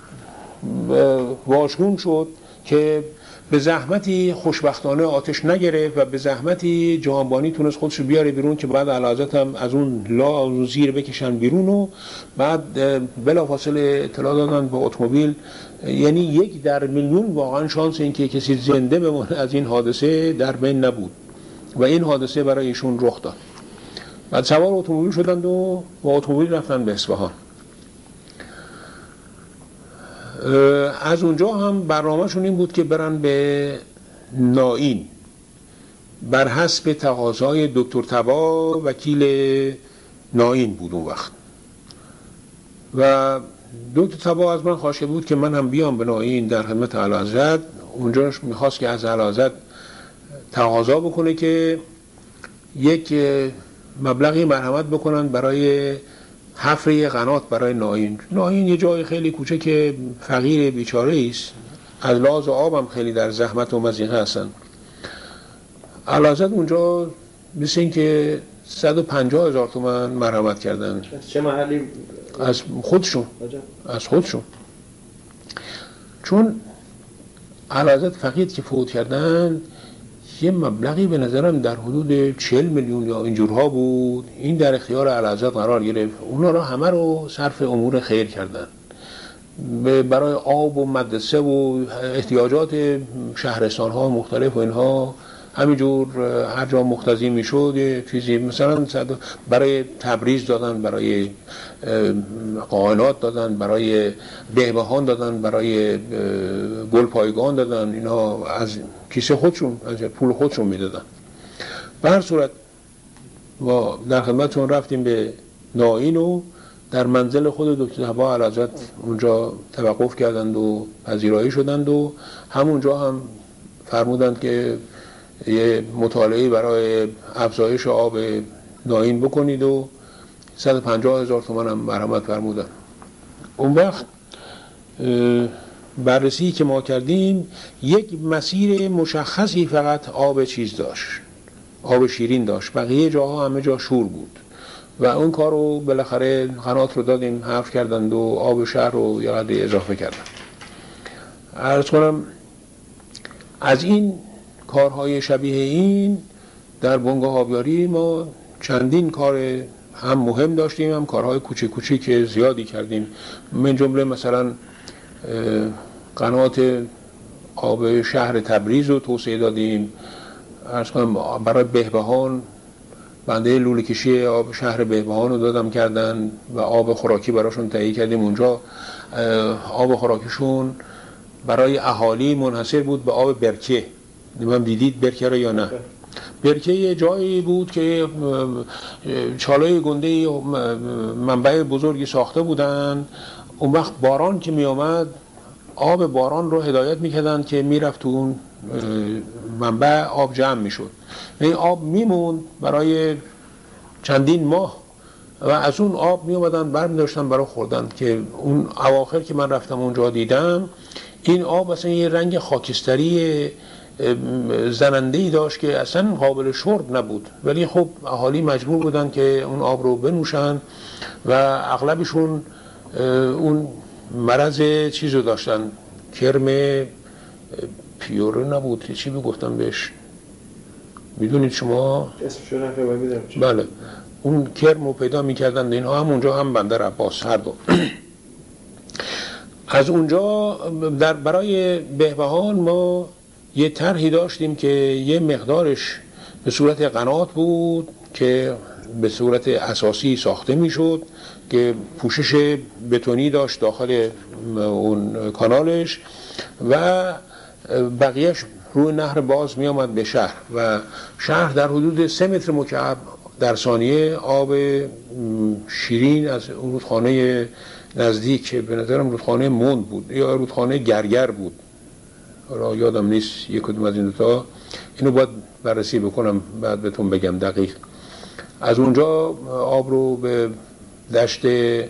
واژگون شد که به زحمتی خوشبختانه آتش نگرفت و به زحمتی جهانبانی تونست خودشو بیاره بیرون که بعد اعلیحضرت هم از اون لا از اون زیر بکشن بیرون و بعد بلافاصله اطلاع دادن با اتومبیل. یعنی یک در میلیون واقعا شانس این که کسی زنده بمونه از این حادثه در بین نبود و این حادثه برای ایشون رخ داد. بعد سوار اتومبیل شدند و با اتومبیل رفتن به اصفهان. از اونجا هم برنامه‌شون این بود که برن به نائین بر حسب تقاضای دکتر طبا، وکیل نائین بود اون وقت، و دکتر طبا از من خواسته بود که من هم بیام به نائین در خدمت اعلیحضرت. اونجا میخواست که از اعلیحضرت تقاضا بکنه که یک مبلغی مرحمت بکنن برای حفر یه قنات برای نائین. نائین یه جای خیلی کوچک فقیر بیچاره است، از لحاظ آب هم خیلی در زحمت و مضیقه هستن. اعلیحضرت اونجا مثل این که صد و پنجاه هزار تومان مرحمت کردن. از چه محلی؟ از خودشون. از خودشون. چون اعلیحضرت فقید که فوت کردن یه مبلغی به نظرم در حدود چهل میلیون یا اینجورها بود، این در اختیار اعلیحضرت قرار گرفت. اونا رو همه رو صرف امور خیر کردن، برای آب و مدرسه و احتیاجات شهرستان ها مختلف و اینها همینجور هر جا مقتضی میشد چیزی، مثلا برای تبریز دادن، برای قائنات دادن، برای بهبهان دادن، برای گل پایگان دادن، اینا از کیسه خودشون از پول خودشون میدادن. به هر صورت ما در خدمتشون رفتیم به نائین و در منزل خود دکتر طبا اعلیحضرت اونجا توقف کردند و پذیرایی شدند و همونجا هم فرمودند که یه مطالعه برای افزایش آب نائین بکنید و صد و پنجاه هزار تومان هم مرحمت فرمودن. اون وقت بررسی که ما کردیم یک مسیر مشخصی فقط آب چیز داشت، آب شیرین داشت، بقیه جاها همه جا شور بود و اون کار رو بالاخره قنات رو دادیم، حفر کردند و آب شهر رو یه قدری اضافه کردن. عرض کنم از این کارهای شبیه این در بنگاه آبیاری ما چندین کار هم مهم داشتیم، هم کارهای کوچیک کوچیک که زیادی کردیم. من جمله مثلا قنات آب شهر تبریز رو توسعه دادیم. عرض کنم برای بهبهان بنده لوله کشی آب شهر بهبهان رو دادم کردن و آب خوراکی براشون تهیه کردیم. اونجا آب خوراکیشون برای اهالی منحصر بود به آب برکه. نمیم دیدید برکه رو یا نه؟ برکه یه جایی بود که چالای گنده منبع بزرگی ساخته بودن. اون وقت باران که می آمد آب باران رو هدایت میکردن که میرفت تو اون منبع آب جمع میشد. این آب میموند برای چندین ماه و از اون آب می اومدن برمی داشتن برای خوردن. که اون اواخر که من رفتم اونجا دیدم این آب اصلا یه رنگ خاکستری زننده‌ای داشت که اصلا قابل شرب نبود، ولی خب اهالی مجبور بودن که اون آب رو بنوشن و اغلبشون اون مرض چیز رو داشتن، کرم پیوره نبود، چی بگفتم بهش، میدونید شما اسمشو نفهمم میدونم. بله، اون کرم رو پیدا میکردن اینها، هم اونجا هم بندر عباس، هر دو. از اونجا در برای بهبهان ما یه طرحی داشتیم که یه مقدارش به صورت قنات بود که به صورت اساسی ساخته میشد که پوشش بتونی داشت داخل اون کانالش و بقیهش روی نهر باز می آمد به شهر و شهر در حدود سه متر مکعب در ثانیه آب شیرین از رودخانه نزدیک، به نظرم رودخانه مند بود یا رودخانه گرگر بود، حالا یادم نیست یک کدوم از این دوتا، اینو باید بررسی بکنم بعد بهتون بگم دقیق. از اونجا آب رو به دشت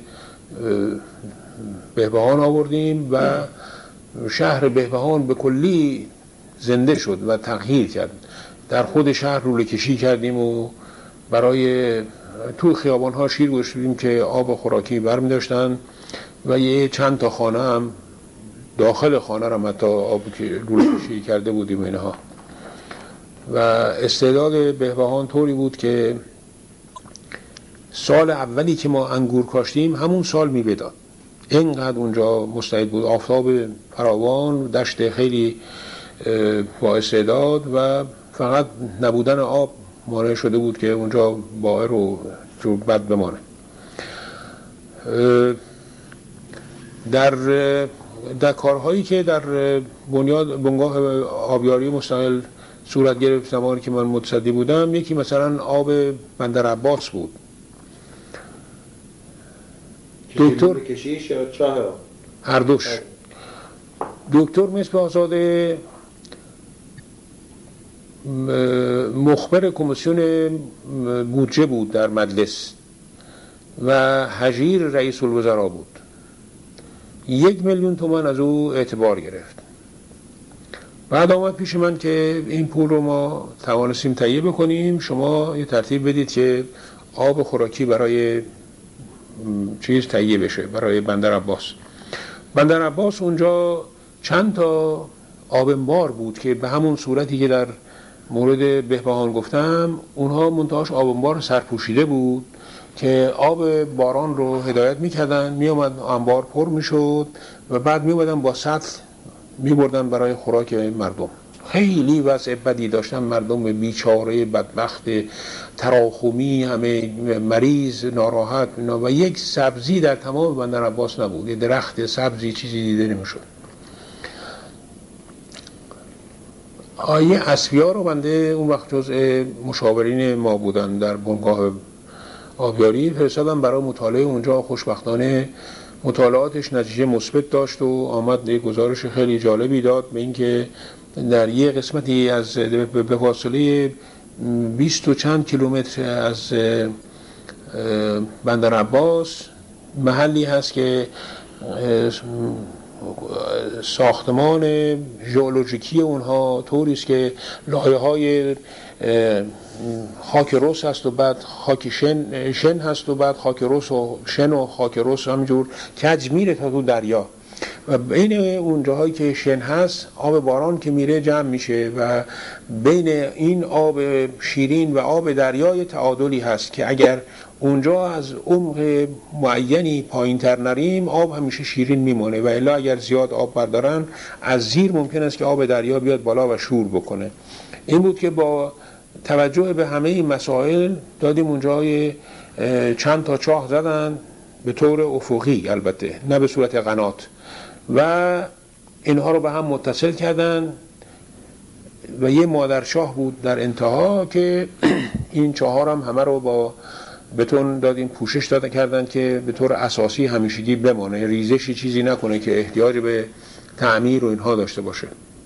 بهبهان آوردیم و شهر بهبهان به کلی زنده شد و تغییر کرد. در خود شهر روله کشی کردیم و برای تو خیابان ها شیر گذاشتیم که آب خوراکی برمی داشتن و یه چند تا خانه هم داخل خانه هم حتی آب که روله کشی کرده بودیم اینها. و استعداد بهبهان طوری بود که سال اولی که ما انگور کاشتیم همون سال میوه داد، اینقدر اونجا مستعد بود، آفتاب فراوان، دشت خیلی با استعداد و فقط نبودن آب مانع شده بود که اونجا بائر و جو بد بمانه. در در کارهایی که در بنیاد بنگاه آبیاری مستقل صورت گرفت زمانی که من متصدی بودم، یکی مثلا آب بندر عباس بود. دکتر کشیش یا چاه هر دوش. دکتر مصباح آزاده مخبر کمیسیون بودجه بود در مجلس و حجیر رئیس الوزراء بود. یک میلیون تومان از او اعتبار گرفت. بعد آمد پیش من که این پول رو ما توانستیم تهیه بکنیم، شما یه ترتیب بدید که آب خوراکی برای چیز تهیه بشه برای بندر عباس. بندر عباس اونجا چند تا آب انبار بود که به همون صورتی که در مورد بهبهان گفتم، اونها منتهاش آب انبار سرپوشیده بود که آب باران رو هدایت میکردن، میامد انبار پر میشد و بعد میامدن با سطل میبردن برای خوراک مردم. خیلی وضع بدی داشتن مردم بیچاره بدبخت تراخمی، همه مریض ناراحت و یک سبزی در تمام بندر عباس نبود، یه درخت سبزی چیزی دیده نمیشد. آیه اسفیا رو بنده اون وقت جزء مشاورین ما بودن در بنگاه آبیاری فرستادم برای مطالعه اونجا. خوشبختانه مطالعاتش نتیجه مثبت داشت و آمد یک گزارش خیلی جالبی داد به اینکه در یک قسمتی از به فاصله بیست و چند کیلومتر از بندر عباس محلی هست که ساختمان ژئولوژیکی اونها طوری است که لایه‌های خاک رس هست و بعد خاک شن شن هست و بعد خاک رس و شن و خاک رس همینجور کج میره تا تو دریا و بین اون جاهایی که شن هست آب باران که میره جمع میشه و بین این آب شیرین و آب دریای تعادلی هست که اگر اونجا از عمق معینی پایین تر نریم آب همیشه شیرین میمونه و الا اگر زیاد آب بردارن از زیر ممکن است که آب دریا بیاد بالا و شور بکنه. این بود که با توجه به همه این مسائل دادیم اونجا چند تا چاه زدن به طور افقی، البته نه به صورت قنات، و اینها رو به هم متصل کردن و یه مادرشاه بود در انتها که این چهار هم همه رو با بتون دادیم پوشش داده کردن که به طور اساسی همیشگی بمانه، ریزشی چیزی نکنه که احتیاج به تعمیر و اینها داشته باشه.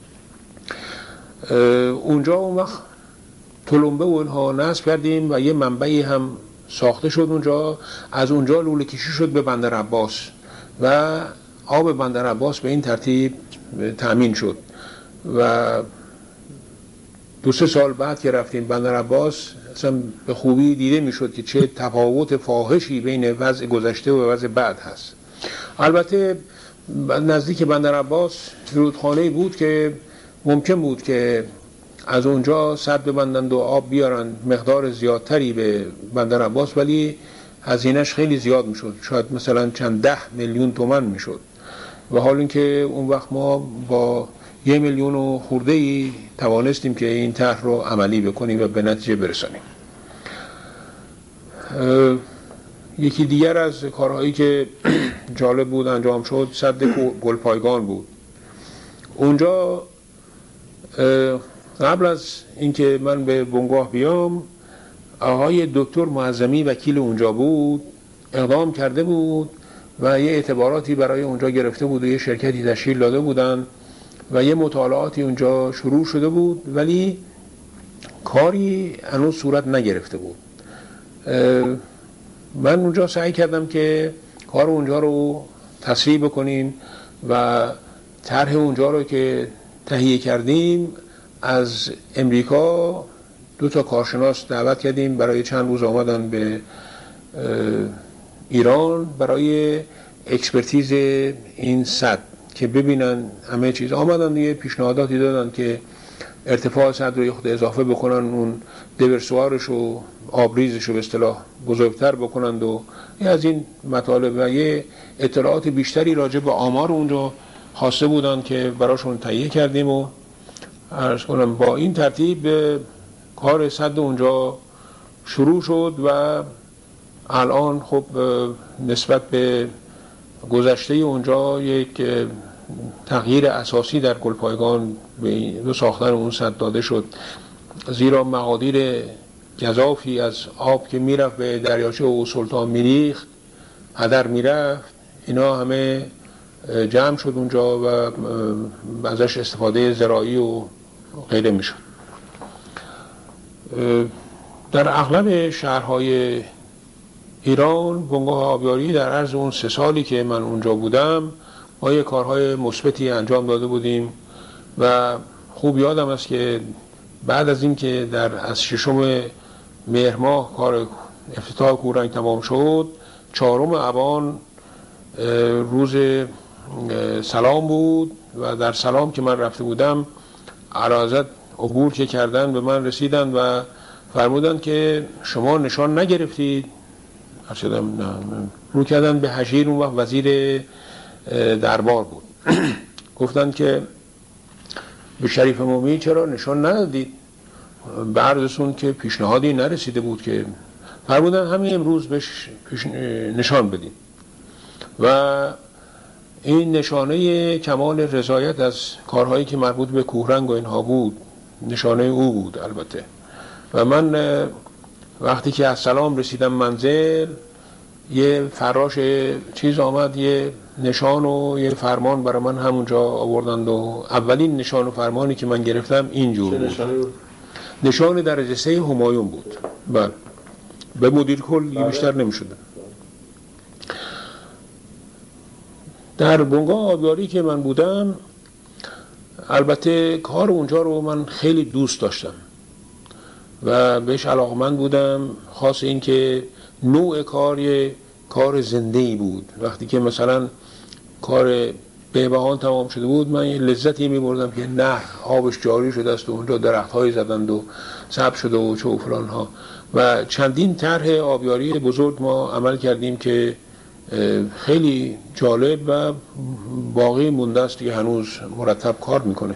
اونجا اون وقت تلمبه و اینها نصب کردیم و یه منبعی هم ساخته شد اونجا. از اونجا لوله کشی شد به بندر عباس و آب بندر عباس به این ترتیب تأمین شد و دو سه سال بعد که رفتیم بندر عباس اصلا به خوبی دیده میشد که چه تفاوت فاحشی بین وضع گذشته و وضع بعد هست. البته نزدیک بندر عباس رودخانه‌ای بود که ممکن بود که از اونجا سد ببندند و آب بیارن مقدار زیادتری به بندر عباس، ولی هزینه‌اش خیلی زیاد میشد، شاید مثلا چند ده میلیون تومان میشد و حال اینکه اون وقت ما با یه میلیون و خورده ای توانستیم که این طرح رو عملی بکنیم و به نتیجه برسانیم. یکی دیگر از کارهایی که جالب بود انجام شد سد گلپایگان بود. اونجا قبل از اینکه من به بنگاه بیام آقای دکتر معظمی وکیل اونجا بود، اقدام کرده بود و یه اعتباراتی برای اونجا گرفته بود و یه شرکتی تشکیل داده بودن و یه مطالعاتی اونجا شروع شده بود، ولی کاری هنوز صورت نگرفته بود. من اونجا سعی کردم که کار اونجا رو تسریع بکنیم و طرح اونجا رو که تهیه کردیم از امریکا دو تا کارشناس دعوت کردیم، برای چند روز آمدن به ایران برای اکسپرتیز این سد که ببینن همه چیز. آمدن دیگه پیشنهاداتی دادن که ارتفاع سد رو خود اضافه بکنن، اون دیورسوارش و آبریزش رو به اصطلاح بزرگتر بکنند و از این مطالب و یه اطلاعات بیشتری راجع به آمار اونجا خواسته بودن که براشون تهیه کردیم و عرض کنم با این ترتیب کار سد اونجا شروع شد و الان خب نسبت به گذشته اونجا یک تغییر اساسی در گلپایگان به ساختن اون سد داده شد، زیرا مقادیر گزافی از آب که میرفت به دریاچه و سلطان میریخت هدر میرفت، اینا همه جمع شد اونجا و ازش استفاده زراعی و غیره میشد. در اغلب شهرهای ایران بنگاه آبیاری در عرض اون سه سالی که من اونجا بودم ما یه کارهای مثبتی انجام داده بودیم و خوب یادم است که بعد از این که در از ششم مهر ماه کار افتتاح کورنگ تمام شد، چهارم ابان روز سلام بود و در سلام که من رفته بودم عرضت عبور که کردن به من رسیدن و فرمودن که شما نشان نگرفتید. ارشدم نه رو کردن به حشیر، اون وقت وزیر دربار بود. گفتن که به شریف مومی چرا نشان ندادید؟ به عرضشون که پیشنهادی نرسیده بود که. فرمودن همین امروز بهش نشان بدید و این نشانه کمال رضایت از کارهایی که مربوط به کوهرنگ و اینها بود نشانه او بود البته. و من وقتی که از سلام رسیدم منزل یه فراش چیز آمد، یه نشان و یه فرمان برای من همونجا آوردند و اولین نشان و فرمانی که من گرفتم اینجور بود. بود نشان درجه سه همایون بود. بله به مدیر کل بیشتر نمی شده. در بنگاه آبیاری که من بودم البته کار اونجا رو من خیلی دوست داشتم و بهش علاقمند بودم، خاص این که نوع کار یه کار زنده‌ای بود. وقتی که مثلا کار بهبهان تمام شده بود من یه لذتی می‌بردم که نهر آبش جاری شده است و اونجا درخت‌های زدند و سبز شده و چه و فلان ها و چندین طرح آبیاری بزرگ ما عمل کردیم که خیلی جالب و باقی مونده است که هنوز مرتب کار میکنه.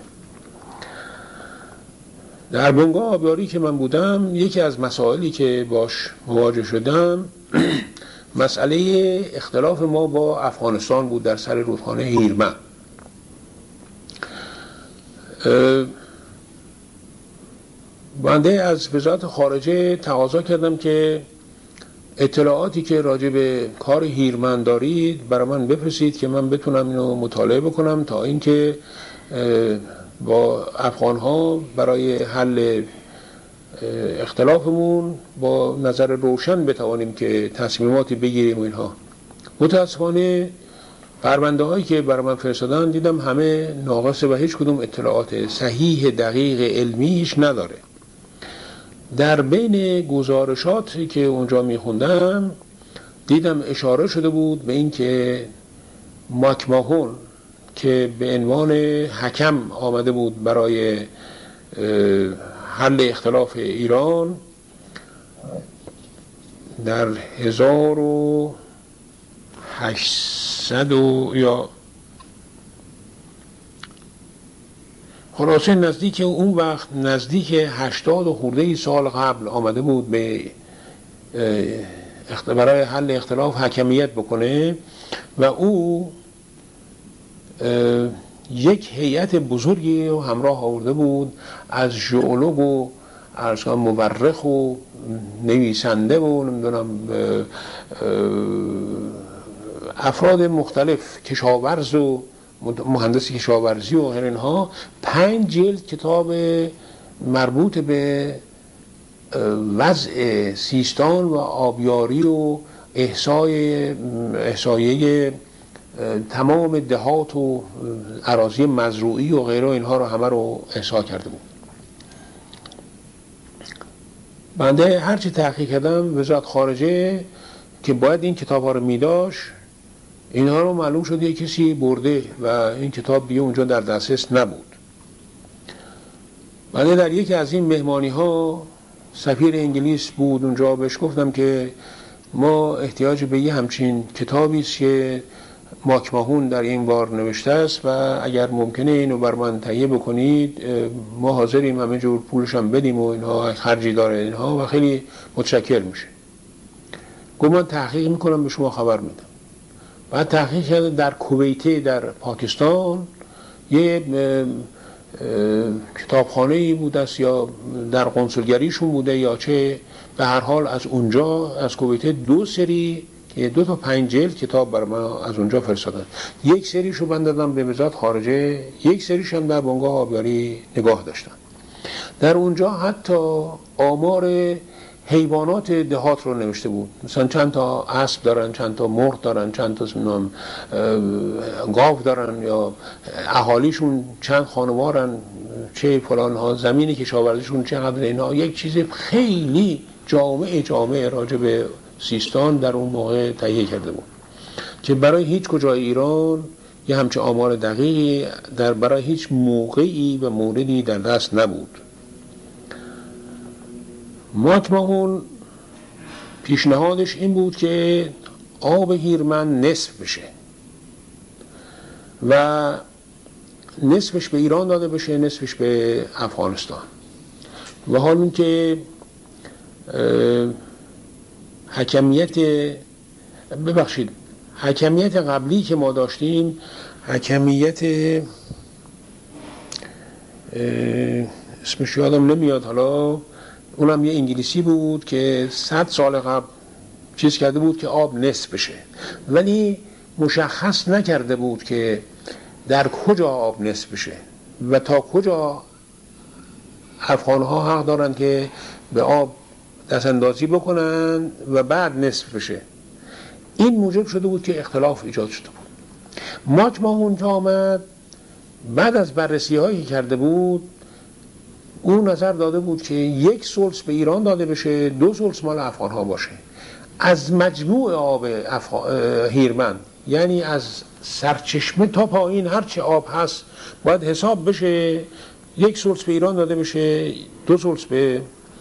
در بنگاه آبیاری که من بودم یکی از مسائلی که باش مواجه شدم مسئله اختلاف ما با افغانستان بود در سر رودخانه هیرمن. بنده از وزارت خارجه تقاضا کردم که اطلاعاتی که راجع به کار هیرمن دارید برای من بفرستید که من بتونم اینو مطالعه بکنم تا اینکه با افغان‌ها برای حل اختلافمون با نظر روشن بتوانیم که تصمیماتی بگیریم و اینها. متاسفانه پرونده هایی که برای من فرستادن دیدم همه ناقصه و هیچ کدوم اطلاعات صحیح دقیق علمی هیچ نداره. در بین گزارشاتی که اونجا میخوندم دیدم اشاره شده بود به این که ماکماهون که به عنوان حکم آمده بود برای حل اختلاف ایران در هزار و هشتصد یا خلاصه نزدیک اون وقت نزدیک هشتاد و خورده سال قبل آمده بود به برای حل اختلاف حکمیت بکنه و او یک هیئت بزرگی رو همراه آورده بود از ژئولوگ و مورخ و نویسنده و نمیدونم افراد مختلف، کشاورز و مهندس کشاورزی و غیر اینها. پنج جلد کتاب مربوط به وضع سیستان و آبیاری و احصای احصایه تمام دهات و اراضی مزروعی و غیره اینها رو همه رو احصا کرده بود. بنده هرچی تحقیق کردم وزارت خارجه که باید این کتاب ها رو میداشت، اینها رو معلوم شد یک کسی برده و این کتاب دیگه اونجا در دسترس نبود. بنده در یکی از این مهمانی ها سفیر انگلیس بود اونجا، بهش گفتم که ما احتیاج به یه همچین کتابی است که ماکماهون در این بار نوشته است و اگر ممکنه اینو بر من تهیه بکنید ما حاضریم همه جور پولش هم بدیم و اینها خرجی داره اینها و خیلی متشکر میشه. گفت من تحقیق میکنم به شما خبر میدم. بعد تحقیق کرده در کویت در پاکستان یه کتابخانه‌ای بوده است یا در قنسولگریشون بوده یا چه، به هر حال از اونجا از کویت دو سری که دو تا پنج جلد کتاب برای من از اونجا فرستادن. یک سریشو من دادم به وزارت خارجه، یک سریش هم در بنگاه آبیاری نگاه داشتن. در اونجا حتی آمار حیوانات دهات رو نوشته بود، مثلا چند تا اسب دارن، چند تا مرغ دارن، چند تا گاو دارن یا اهالیشون چند خانوارن، چه فلان ها، زمینی کشاورزیشون چقدر، اینا یک چیز خیلی جامع جامع راجع به سیستان در اون موقع تهیه کرده بود که برای هیچ کجای ایران یه همچه آمار دقیقی در برای هیچ موقعی و موردی در دست نبود. ماکماهون پیشنهادش این بود که آب هیرمند نصف بشه و نصفش به ایران داده بشه، نصفش به افغانستان. و حال اون که حکمیت ببخشید حکمیت قبلی که ما داشتیم، حکمیت اسمش یادم نمیاد حالا، اونم یه انگلیسی بود که صد سال قبل چیز کرده بود که آب نصف بشه، ولی مشخص نکرده بود که در کجا آب نصف بشه و تا کجا افغانها حق دارن که به آب دست اندازی بکنن و بعد نصف بشه. این موجب شده بود که اختلاف ایجاد شده بود. ماکماهون که آمد بعد از بررسی هایی کرده بود، اون نظر داده بود که یک سلس به ایران داده بشه، دو سلس مال افغان ها باشه. از مجموع آب افغان... هیرمند، یعنی از سرچشمه تا پایین هرچه آب هست باید حساب بشه، یک سلس به ایران داده بشه، دو سلس به.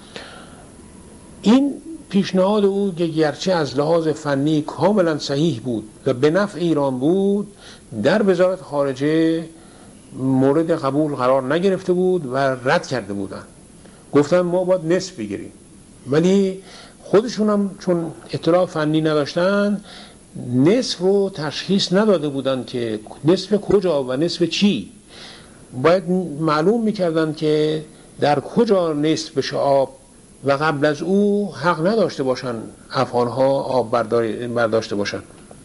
این پیشنهاد او که گرچه از لحاظ فنی کاملا صحیح بود و به نفع ایران بود، در وزارت خارجه مورد قبول قرار نگرفته بود و رد کرده بودن. گفتن ما باید نصف بگیریم، ولی خودشون هم چون اطلاع فنی نداشتن نصف رو تشخیص نداده بودن که نصف کجا و نصف چی. باید معلوم میکردن که در کجا نصف بشه آب و قبل از او حق نداشته باشن افغانها آب برداشته باشن.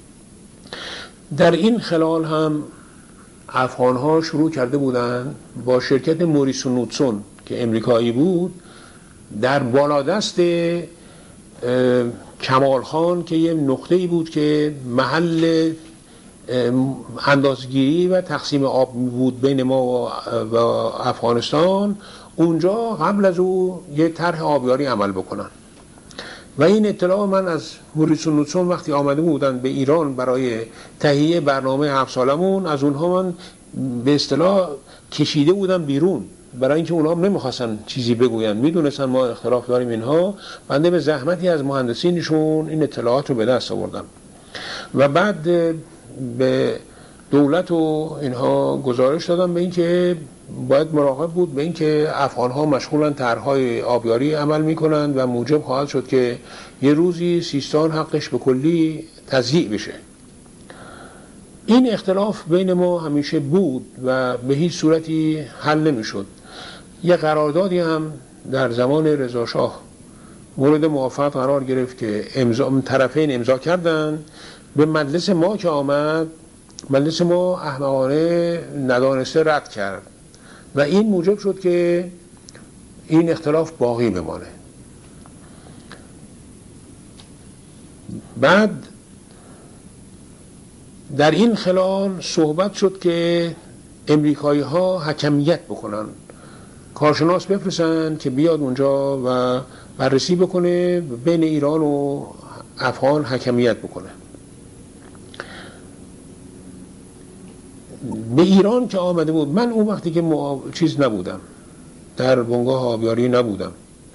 در این خلال هم افغانها شروع کرده بودن با شرکت موریسون نوتسون که امریکایی بود در بالادست کمال خان که یه نقطه‌ای بود که محل اندازگیری و تقسیم آب بود بین ما و افغانستان، اونجا قبل از او یه طرح آبیاری عمل بکنن. و این اطلاع من از موریسون نوتسون وقتی آمده بودن به ایران برای تهیه برنامه هفت سالمون، از اونها من به اصطلاح کشیده بودم بیرون، برای اینکه اونها هم نمیخواستن چیزی بگوین، میدونستن ما اختلاف داریم اینها. بنده به زحمتی از مهندسینشون این اطلاعات رو به دست آوردم و بعد به دولت و اینها گزارش دادم به اینکه باید مراقب بود به اینکه افغان‌ها مشغولن طرح‌های آبیاری عمل میکنند و موجب خواهد شد که یه روزی سیستان حقش به کلی تضییع بشه. این اختلاف بین ما همیشه بود و به هیچ صورتی حل نمیشد. یه قراردادی هم در زمان رضا شاه مورد موافقت قرار گرفت که امضا طرفین امضا کردن. به مجلس ما که آمد، مجلس ما احمقانه ندانسته رد کرد و این موجب شد که این اختلاف باقی بمانه. بعد در این خلال صحبت شد که امریکایی ها حکمیت بکنن، کارشناس بفرستن که بیاد اونجا و بررسی بکنه بین ایران و افغان حکمیت بکنه. به ایران که آمده بود، من اون وقتی که معا... چیز نبودم، در بنگاه آبیاری نبودم،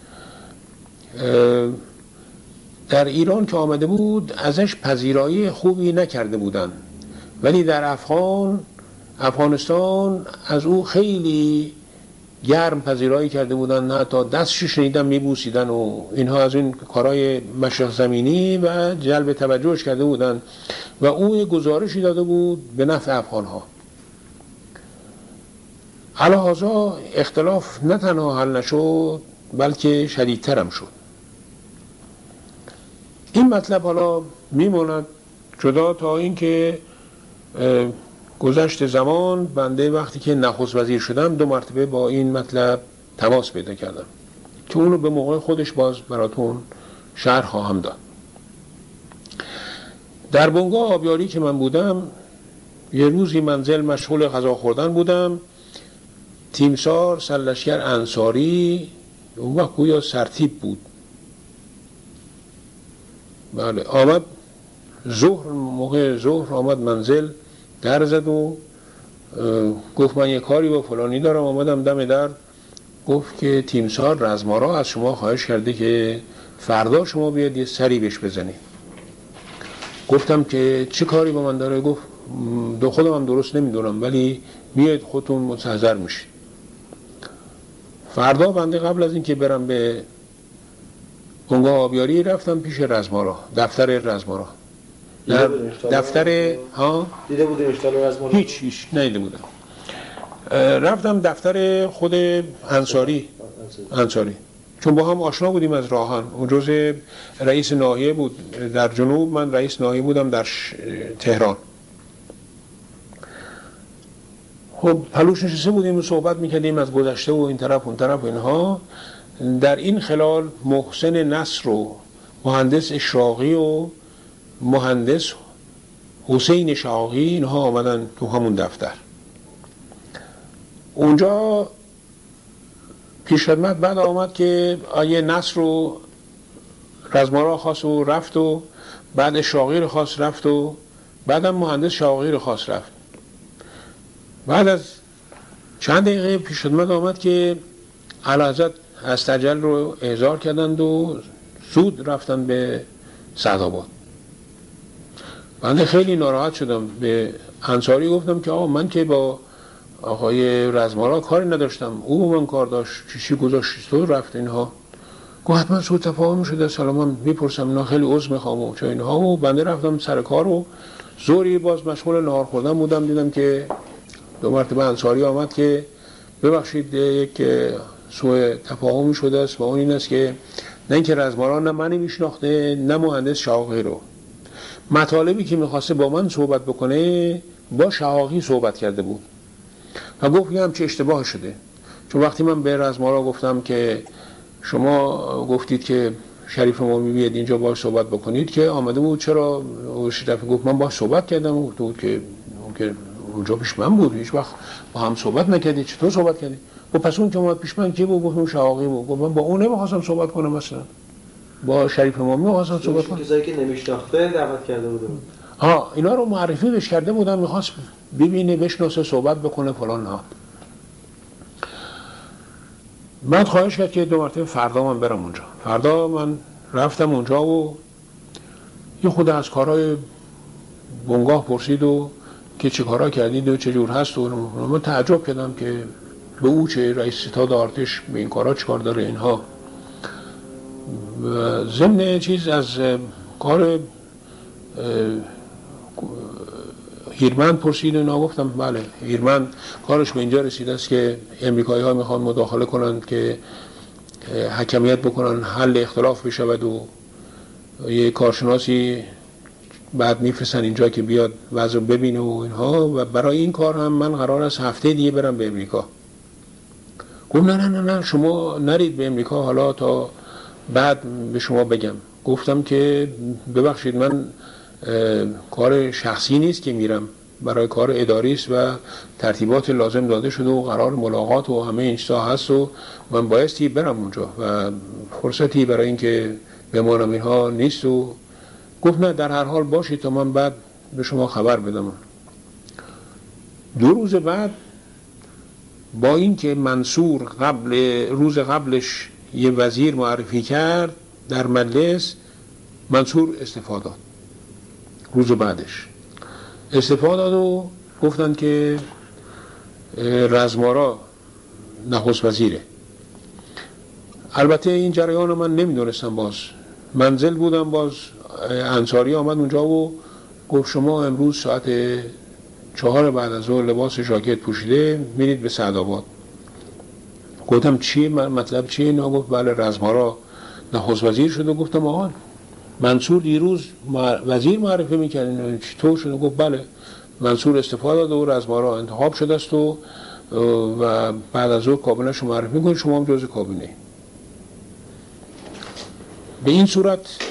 در ایران که آمده بود ازش پذیرایی خوبی نکرده بودن، ولی در افغان افغانستان از او خیلی گرم پذیرایی کرده بودن، نه تا دستش شنیدم میبوسیدن و اینها از این کارهای مشرق زمینی و جلب توجهش کرده بودن و او گزارشی داده بود به نفع افغانها. علاوه اختلاف نه تنها حل نشد بلکه شدیدتر هم شد. این مطلب حالا میماند جدا تا اینکه گذشت زمان بنده وقتی که نخست وزیر شدم دو مرتبه با این مطلب تماس پیدا کردم که اونو به موقع خودش باز براتون شرح خواهم داد. در بنگاه آبیاری که من بودم، یه روزی منزل مشغول غذا خوردن بودم، تیمسار سرلشکر انصاری اون وقت گویا سرتیپ بود، بله، آمد ظهر، موقع ظهر آمد منزل، در زد و گفت من یه کاری با فلانی دارم. آمدم دم در، گفت که تیمسار رزمارا از شما خواهش کرده که فردا شما بیاد یه سری بهش بزنید. گفتم که چه کاری با من داره؟ گفت دو خودم هم درست نمیدونم ولی بیاید خودتون مستحضر میشید. فردا بنده قبل از اینکه برم به بنگاه آبیاری رفتم پیش رزمارا، دفتر رزمارا. دفتر ها دیده بودیم اشتغال رزمارا؟ هیچ هیچ ندیده بودم. رفتم دفتر خود انصاری انصاری چون با هم آشنا بودیم از راهن. اون جزء رئیس ناحیه بود در جنوب، من رئیس ناحیه بودم در تهران. خب پلوش نشسته بودیم و صحبت میکردیم از گذشته و این طرف اون طرف و اینها. در این خلال محسن نصر و مهندس اشراقی و مهندس حسین شاقی اینها آمدن تو همون دفتر. اونجا پیش خدمت بعد آمد که آیه نصر رو رزمارا خواست و رفت و بعد اشراقی رو خواست رفت و بعدم مهندس شاقی رو خواست رفت. بعد از چند دقیقه پیش خدمت آمد که اعلیحضرت استجل رو احضار کردند و زود رفتن به سعدآباد. بنده خیلی ناراحت شدم، به انصاری گفتم که آقا من که با آقای رزمارا کاری نداشتم، او با من کار داشت، چیشی گذاشت تو رفت اینها. گفت حتما سوء تفاهم شده، سلام من میپرسم اینا، خیلی عذر میخوام و چه اینها. و بنده رفتم سر کار و زوری باز مشغول نهار خوردن بودم، دیدم که دو مرتبه انصاری آمد که ببخشید یک سوء تفاهمی شده است و اون این است که نه اینکه رزمارا نه منی میشناخته نه مهندس شاقی رو. مطالبی که میخواسته با من صحبت بکنه با شاقی صحبت کرده بود و گفت که همچه اشتباه شده. چون وقتی من به رزمارا گفتم که شما گفتید که شریف امامی بیاد اینجا باهاش صحبت بکنید که آمده بود. چرا شریف گفت من باهاش صحبت کردم. گفت بود که که اونجا پیش من بود، هیچ وقت با هم صحبت نکردی، چطور صحبت کردی؟ و پس اون که اومد پیش من کی بود؟ گفت اون شواقی بود. گفت من با اون نمیخواستم صحبت کنم، مثلا با شریف امامی میخواستم صحبت کنم. کسایی که نمیشناخته دعوت کرده بوده بود. ها اینا رو معرفی بهش کرده بودم، میخواست ببینه بشناسه صحبت بکنه فلان. نه من خواهش کرد که دو مرتبه فردا من برم اونجا. فردا من رفتم اونجا و یه خود از کارهای بنگاه پرسید و که چه کارا کردید و چه جور هست و من تعجب کردم که به او چه رئیس ستاد ارتش به این کارا چه کار داره اینها. ضمن چیز از کار هیرمند پرسید و اینا. گفتم بله هیرمند کارش به اینجا رسیده است که امریکایی ها میخوان مداخله کنند که حکمیت بکنن، حل اختلاف بشود و یه کارشناسی بعد میفرستن اینجا که بیاد وضع ببینه و اینها. و برای این کار هم من قرار است هفته دیگه برم به امریکا. گفت نه نه نه نه شما نرید به امریکا حالا تا بعد به شما بگم. گفتم که ببخشید من کار شخصی نیست که میرم، برای کار اداری است و ترتیبات لازم داده شده و قرار ملاقات و همه این چیزا هست و من بایستی برم اونجا و فرصتی برای اینکه بمانم اینها نیست. و گفت نه در هر حال باشید تا من بعد به شما خبر بدم. دو روز بعد با اینکه منصور قبل روز قبلش یه وزیر معرفی کرد در مجلس، منصور استعفا داد. روز بعدش استعفا داد و گفتن که رزمارا نخست وزیره. البته این جریان رو من نمیدونستم. باز منزل بودم، باز انصاری آمد اونجا و گفت شما امروز ساعت چهار بعد از ظهر لباس ژاکت پوشیده میرید به سعدآباد. گفتم چیه مطلب چیه؟ اینا گفت بله رزمارا نخست وزیر شده. گفتم آقا منصور دیروز وزیر معرفی میکرد چطور شده؟ گفت بله منصور استعفا داده و رزمارا انتخاب شده است و و بعد از ظهر کابینه‌شو معرفی میکنید، شما هم جزء کابینه. به این صورت